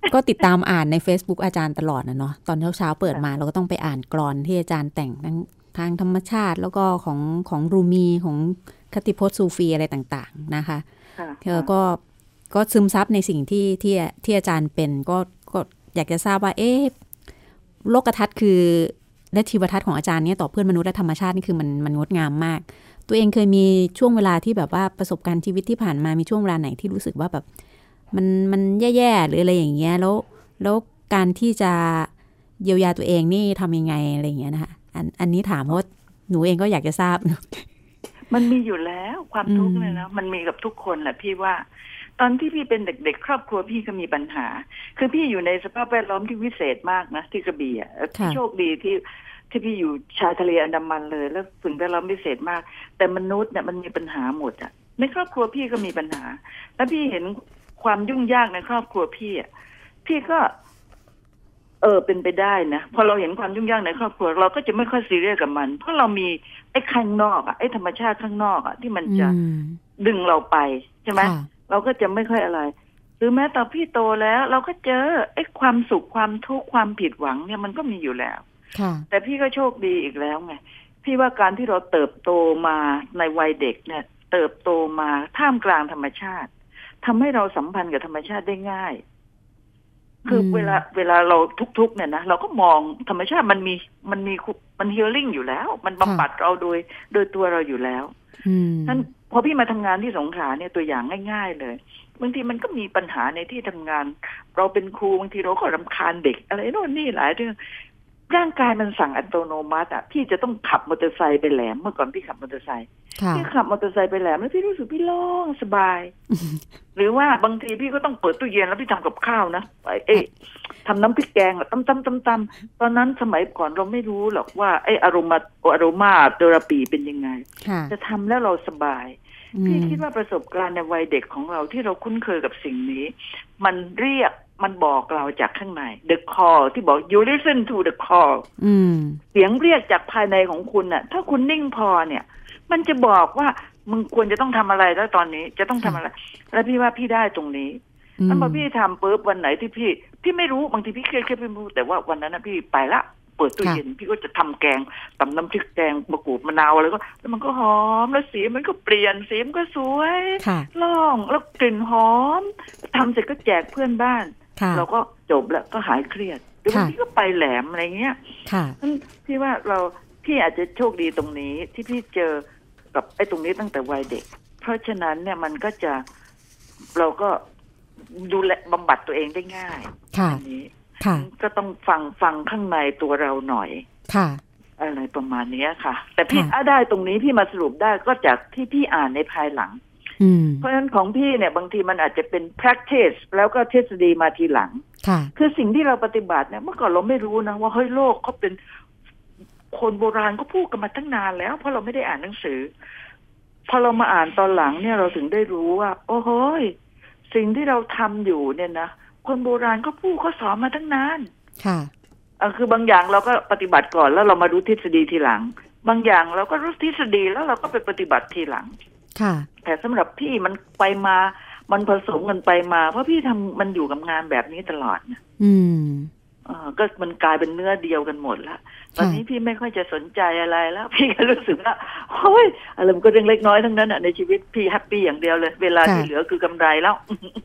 ก็ติดตามอ่านใน Facebook อาจารย์ตลอดนะเนาะตอนเช้าเปิดมาเราก็ต้องไปอ่านกลอนที่อาจารย์แต่งทั้งทางธรรมชาติแล้วก็ของรูมีของคติพจน์ซูฟีอะไรต่างๆนะคะก็ซึมซับในสิ่งที่อาจารย์เป็นก็อยากจะทราบว่าโลกทัศน์คือและชีวทัศน์ของอาจารย์เนี่ยต่อเพื่อนมนุษย์และธรรมชาตินี่คือมันงดงามมากตัวเองเคยมีช่วงเวลาที่แบบว่าประสบการณ์ชีวิตที่ผ่านมามีช่วงเวลาไหนที่รู้สึกว่าแบบมันแย่ๆหรืออะไรอย่างเงี้ยแล้วการที่จะเยียวยาตัวเองนี่ทำยังไงอะไรอย่างเงี้ยนะคะอันนี้ถามเพราะหนูเองก็อยากจะทราบมันมีอยู่แล้วความทุกข์เลยนะมันมีกับทุกคนแหละพี่ว่าตอนที่พี่เป็นเด็กๆครอบครัวพี่ก็มีปัญหาคือพี่อยู่ในสภาพแวดล้อมที่วิเศษมากนะที่กระบี่พี่โชคดีที่พี่อยู่ชายทะเลอันดามันเลยแล้วสิ่งแวดล้อมพิเศษมากแต่มนุษย์เนี่ยมันมีปัญหาหมดอ่ะในครอบครัวพี่ก็มีปัญหาแล้วพี่เห็นความยุ่งยากในครอบครัวพี่อ่ะพี่ก็เป็นไปได้นะพอเราเห็นความยุ่งยากในครอบครัวเราก็จะไม่ค่อยซีเรียสกับมันเพราะเรามีไอ้ข้างนอกอ่ะไอ้ธรรมชาติข้างนอกอ่ะที่มันจะดึงเราไปใช่ไหมเราก็จะไม่ค่อยอะไรหรือแม้แต่พี่โตแล้วเราก็เจอไอ้ความสุขความทุกข์ความผิดหวังเนี่ยมันก็มีอยู่แล้วแต่พี่ก็โชคดีอีกแล้วไงพี่ว่าการที่เราเติบโตมาในวัยเด็กเนี่ยเติบโตมาท่ามกลางธรรมชาติทำให้เราสัมพันธ์กับธรรมชาติได้ง่ายคือเวลาเราทุกๆเนี่ยนะเราก็มองธรรมชาติมันฮีลลิ่งอยู่แล้วมันบำบัดเราโดยตัวเราอยู่แล้วนั้นพอพี่มาทำงานที่สงขลาเนี่ยตัวอย่างง่ายๆเลยบางทีมันก็มีปัญหาในที่ทำงานเราเป็นครูบางทีเราก็รำคาญเด็กอะไรโน่นนี่หลายเรื่องร่างกายมันสั่งอัตโนมัติอ่ะพี่จะต้องขับมอเตอร์ไซค์ไปแหลมเมื่อก่อนพี่ขับมอเตอร์ไซค์พี่ขับมอเตอร์ไซค์ไปแหลมแล้วพี่รู้สึกพี่โล่งสบายหรือว่าบางทีพี่ก็ต้องเปิดตู้เย็นแล้วพี่ทำกับข้าวนะทำน้ำพริกแกงตำตอนนั้นสมัยก่อนเราไม่รู้หรอกว่าไอ้อโรมาเทอราปีเป็นยังไงจะทำแล้วเราสบายพี่คิดว่าประสบการณ์ในวัยเด็กของเราที่เราคุ้นเคยกับสิ่งนี้มันเรียกมันบอกเราจากข้างใน the call ที่บอก you listen to the call เสียงเรียกจากภายในของคุณน่ะถ้าคุณนิ่งพอเนี่ยมันจะบอกว่ามึงควรจะต้องทำอะไรแล้วตอนนี้จะต้องทำอะไรแล้วพี่ว่าพี่ได้ตรงนี้แล้วพอพี่ทำปุ๊บวันไหนที่พี่ไม่รู้บางทีพี่เครียดไม่รู้แต่ว่าวันนั้นนะพี่ไปละเปิดตู้เย็นพี่ก็จะทำแกงตำน้ำพริกแกงมะกรูดมะนาวอะไรก็แล้วมันก็หอมแล้วสีมันก็เปลี่ยนสีมันก็สวยล่องแล้วกลิ่นหอมทำเสร็จก็แจกเพื่อนบ้านเราก็จบแล้วก็หายเครียดหรือบางทีก็ไปแหลมอะไรเงี้ยพี่ว่าพี่อาจจะโชคดีตรงนี้ที่พี่เจอกับไอ้ตรงนี้ตั้งแต่วัยเด็กเพราะฉะนั้นเนี่ยมันก็จะเราก็ดูแลบำบัดตัวเองได้ง่ายอันนี้ก็ต้องฟังข้างในตัวเราหน่อยอะไรประมาณนี้ค่ะแต่พี่ได้ตรงนี้พี่มาสรุปได้ก็จากที่พี่อ่านในภายหลังเพราะฉะนั้นของพี่เนี่ยบางทีมันอาจจะเป็น practice แล้วก็ทฤษฎีมาทีหลังคือสิ่งที่เราปฏิบัติเนี่ยเมื่อก่อนเราไม่รู้นะว่าเฮ้ยโลกเขาเป็นคนโบราณก็พูดกันมาตั้งนานแล้วเพราะเราไม่ได้อ่านหนังสือพอเรามาอ่านตอนหลังเนี่ยเราถึงได้รู้ว่าโอ้โหสิ่งที่เราทำอยู่เนี่ยนะคนโบราณก็พูดเขาสอนมาตั้งนานคือบางอย่างเราก็ปฏิบัติก่อนแล้วเรามารู้ทฤษฎีทีหลังบางอย่างเราก็รู้ทฤษฎีแล้วเราก็ไปปฏิบัติทีหลังแต่สำหรับพี่มันไปมามันผสมกันไปมาเพราะพี่ทำมันอยู่กับงานแบบนี้ตลอดนะก็มันกลายเป็นเนื้อเดียวกันหมดแล้วตอนนี้พี่ไม่ค่อยจะสนใจอะไรแล้วพี่ก็รู้สึกว่าโอ้ยอะไรมันก็เรื่องเล็กน้อยทั้งนั้นอ่ะในชีวิตพี่แฮปปี้อย่างเดียวเลยเวลาที่เหลือคือกำไรแล้ว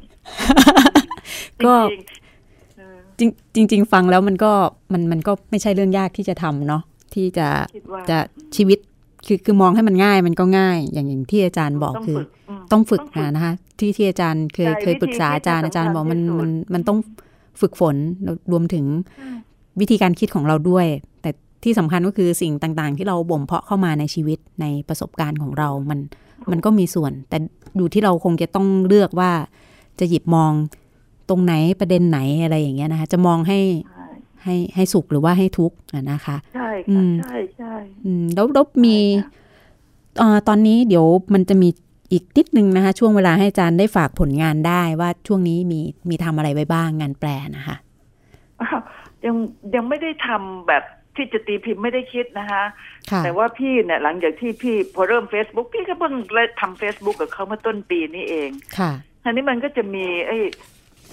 ก็จริงฟังแล้วมันก็ไม่ใช่เรื่องยากที่จะทำเนาะที่จะชีวิตคือมองให้มันง่ายมันก็ง่ายอย่างที่อาจารย์บอกคือต้องฝึกนะคะที่อาจารย์เคยปรึกษาอาจารย์บอกมันต้องฝึกฝนรวมถึงวิธีการคิดของเราด้วยแต่ที่สำคัญก็คือสิ่งต่างๆที่เราบ่มเพาะเข้ามาในชีวิตในประสบการณ์ของเรามันก็มีส่วนแต่อยู่ที่เราคงจะต้องเลือกว่าจะหยิบมองตรงไหนประเด็นไหนอะไรอย่างเงี้ยนะคะจะมองให้สุขหรือว่าให้ทุกข์นะคะใช่ค่ะใช่แล้วมีตอนนี้เดี๋ยวมันจะมีอีกนิดนึงนะคะช่วงเวลาให้อาจารย์ได้ฝากผลงานได้ว่าช่วงนี้มีทำอะไรไว้บ้างงานแปลนะคะยังไม่ได้ทำแบบที่จะตีพิมพ์ไม่ได้คิดนะคะแต่ว่าพี่เนี่ยหลังจากที่พี่พอเริ่ม Facebook พี่ก็เพิ่งทำ Facebook กับเขาเมื่อต้นปีนี้เองทีนี้มันก็จะมี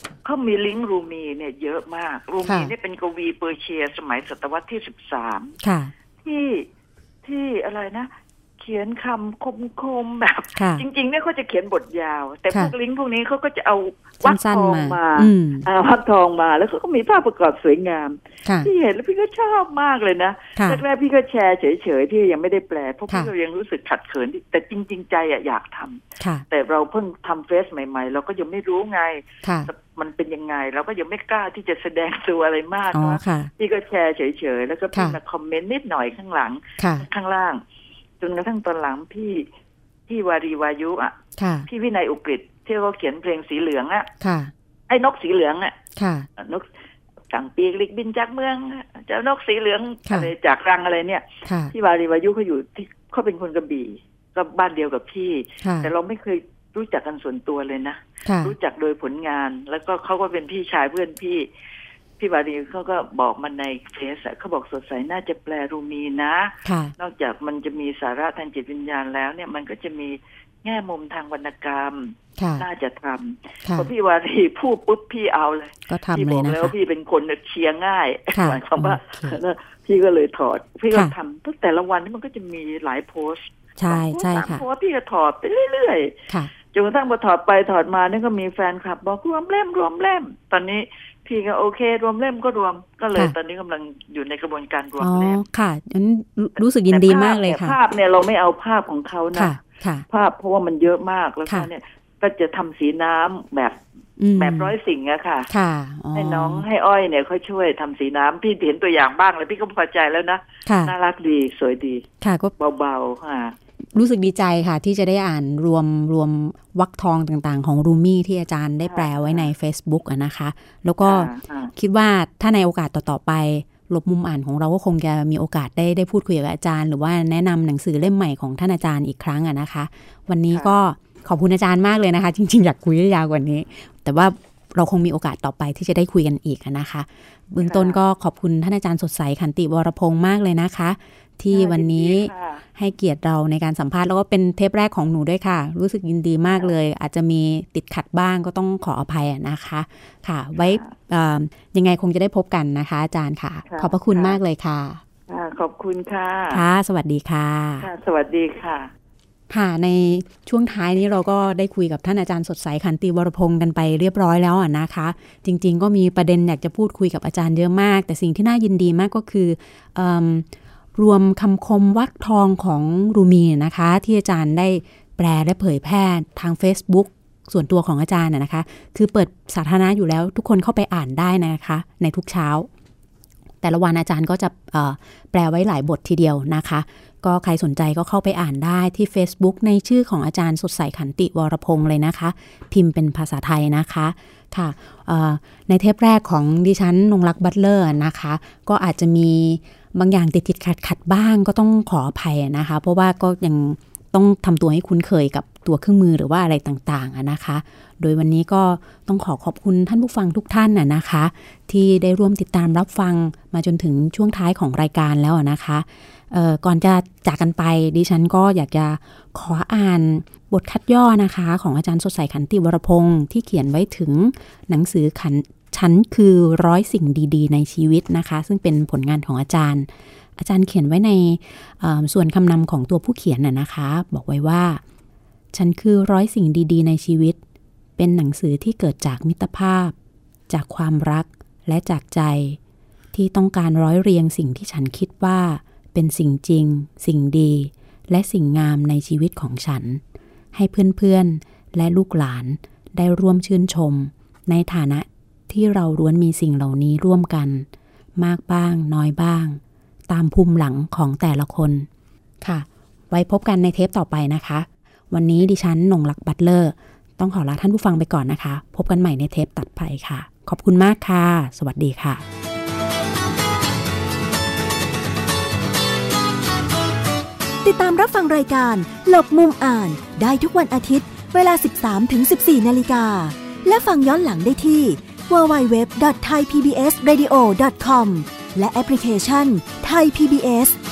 เขามีลิงก์รูมีเนี่ยเยอะมากรูมีนี่เป็นกวีเปอร์เชียสมัยศตวรรษที่13 ค่ะที่อะไรนะเขียนคำคมๆแบบจริงๆเนี่ยเขาจะเขียนบทยาวแต่พวกลิงก์พวกนี้เขาก็จะเอาวรรคทองมาวรรคทองมาแล้วเขาก็มีภาพประกอบสวยงามที่เห็นแล้วพี่ก็ชอบมากเลยนะแรกๆพี่ก็แชร์เฉยๆพี่ยังไม่ได้แปลเพราะพี่ยังรู้สึกขัดเขินแต่จริงๆใจอยากทำแต่เราเพิ่งทำเฟซใหม่ๆเราก็ยังไม่รู้ไงมันเป็นยังไงเราก็ยังไม่กล้าที่จะแสดงตัวอะไรมากนะพี่ก็แชร์เฉยๆแล้วก็พี่มาคอมเมนต์นิดหน่อยข้างหลังข้างล่างจนกระทั่งตอนหลังพี่วารีวายุอ่ะพี่วินัยอุกฤษที่เขาเขียนเพลงสีเหลืองอ่ะไอ้นกสีเหลืองอ่ะนกต่างปีกลิกบินจากเมืองเจ้านกสีเหลืองอะไรจากรังอะไรเนี่ยพี่วารีวายุเขาอยู่ที่เขาเป็นคนกระบี่ก็บ้านเดียวกับพี่แต่เราไม่เคยรู้จักกันส่วนตัวเลยนะรู้จักโดยผลงานแล้วก็เขาก็เป็นพี่ชายเพื่อนพี่วารีเขาก็บอกมันในเฟซเขาบอกสดใสน่าจะแปลรูมีนะนอกจากมันจะมีสาระทางจิตวิญญาณแล้วเนี่ยมันก็จะมีแง่มุมทางวรรณกรรมน่าจะทำพอพี่วารีพูดปุ๊บพี่เอาเลยพี่บอกแล้วพี่เป็นคนเชียร์ง่ายหมายความว่าพี่ก็เลยถอดพี่ก็ทำแต่ละวันนี่มันก็จะมีหลายโพสต์ใช่ค่ะเพราะว่าพี่ก็ถอดไปเรื่อยๆจนกระทั่งพอถอดไปถอดมานี่ก็มีแฟนคลับบอกรวมเล่มตอนนี้พี่ก็โอเครวมเล่มก็รวมก็เลยตอนนี้กำลังอยู่ในกระบวนการรวมเล่มค่ะงั้นรู้สึกยินดีมากเลยค่ะภาพเนี่ยเราไม่เอาภาพของเขานะภาพเพราะว่ามันเยอะมากแล้วก็เนี่ยก็จะทำสีน้ำแบบร้อยสิ่งอะค่ะให้น้องให้อ้อยเนี่ยเขาช่วยทำสีน้ำพี่เห็นตัวอย่างบ้างแล้วพี่ก็พอใจแล้วนะน่ารักดีสวยดีค่ะก็เบาๆค่ะรู้สึกดีใจค่ะที่จะได้อ่านรวมวรรคทองต่างๆของรูมี่ที่อาจารย์ได้แปลไว้ใน Facebook อะนะคะแล้วก็คิดว่าถ้าในโอกาสต่อๆไปหลบมุมอ่านของเราก็คงจะมีโอกาสได้พูดคุยกับอาจารย์หรือว่าแนะนำหนังสือเล่มใหม่ของท่านอาจารย์อีกครั้งอะนะคะวันนี้ก็ขอบคุณอาจารย์มากเลยนะคะจริงๆอยากคุยยาวกว่านี้แต่ว่าเราคงมีโอกาสต่อไปที่จะได้คุยกันอีกนะคะเบื้องต้นก็ขอบคุณท่านอาจารย์สดใสขันติวรพงษ์มากเลยนะคะที่วันนี้ให้เกียรติเราในการสัมภาษณ์แล้วก็เป็นเทปแรกของหนูด้วยค่ะรู้สึกยินดีมากเลยอาจจะมีติดขัดบ้างก็ต้องขออภัยนะคะค่ะไว้ยังไงคงจะได้พบกันนะคะอาจารย์ค่ะขอบพระคุณมากเลยค่ะขอบคุณค่ะค่ะสวัสดีค่ะสวัสดีค่ะค่ะในช่วงท้ายนี้เราก็ได้คุยกับท่านอาจารย์สดใสขันติวรพงษ์กันไปเรียบร้อยแล้วนะคะจริงๆก็มีประเด็นอยากจะพูดคุยกับอาจารย์เยอะมากแต่สิ่งที่น่ายินดีมากก็คือรวมคำคมวรรคทองของรูมีนะคะที่อาจารย์ได้แปลและเผยแพร่ทาง Facebook ส่วนตัวของอาจารย์นะคะคือเปิดสาธารณะอยู่แล้วทุกคนเข้าไปอ่านได้นะคะในทุกเช้าแต่ละวันอาจารย์ก็จะแปลไว้หลายบททีเดียวนะคะก็ใครสนใจก็เข้าไปอ่านได้ที่ Facebook ในชื่อของอาจารย์สดใสขันติวรพงษ์เลยนะคะพิมพ์เป็นภาษาไทยนะคะค่ะในเทปแรกของดิฉันนงลักษณ์บัตเลอร์นะคะก็อาจจะมีบางอย่างติดขัดบ้างก็ต้องขออภัยนะคะเพราะว่าก็ยังต้องทำตัวให้คุ้นเคยกับตัวเครื่องมือหรือว่าอะไรต่างๆนะคะโดยวันนี้ก็ต้องขอบคุณท่านผู้ฟังทุกท่านนะคะที่ได้ร่วมติดตามรับฟังมาจนถึงช่วงท้ายของรายการแล้วนะคะก่อนจะจากกันไปดิฉันก็อยากจะขออ่านบทคัดย่อนะคะของอาจารย์สดใสขันติวรพงษ์ที่เขียนไว้ถึงหนังสือฉันคือ100 สิ่งดีๆในชีวิตนะคะซึ่งเป็นผลงานของอาจารย์เขียนไว้ในส่วนคำนำของตัวผู้เขียนนะคะบอกไว้ว่าฉันคือ100 สิ่งดีๆในชีวิตเป็นหนังสือที่เกิดจากมิตรภาพจากความรักและจากใจที่ต้องการร้อยเรียงสิ่งที่ฉันคิดว่าเป็นสิ่งจริงสิ่งดีและสิ่งงามในชีวิตของฉันให้เพื่อนๆและลูกหลานได้ร่วมชื่นชมในฐานะที่เราล้วนมีสิ่งเหล่านี้ร่วมกันมากบ้างน้อยบ้างตามภูมิหลังของแต่ละคนค่ะไว้พบกันในเทปต่อไปนะคะวันนี้ดิฉันนงลักษณ์บัตเลอร์ต้องขอลาท่านผู้ฟังไปก่อนนะคะพบกันใหม่ในเทปตัดไปค่ะขอบคุณมากค่ะสวัสดีค่ะติดตามรับฟังรายการหลบมุมอ่านได้ทุกวันอาทิตย์เวลา 13-14 นาฬิกาและฟังย้อนหลังได้ที่ www.thaipbsradio.com และแอปพลิเคชัน Thai PBS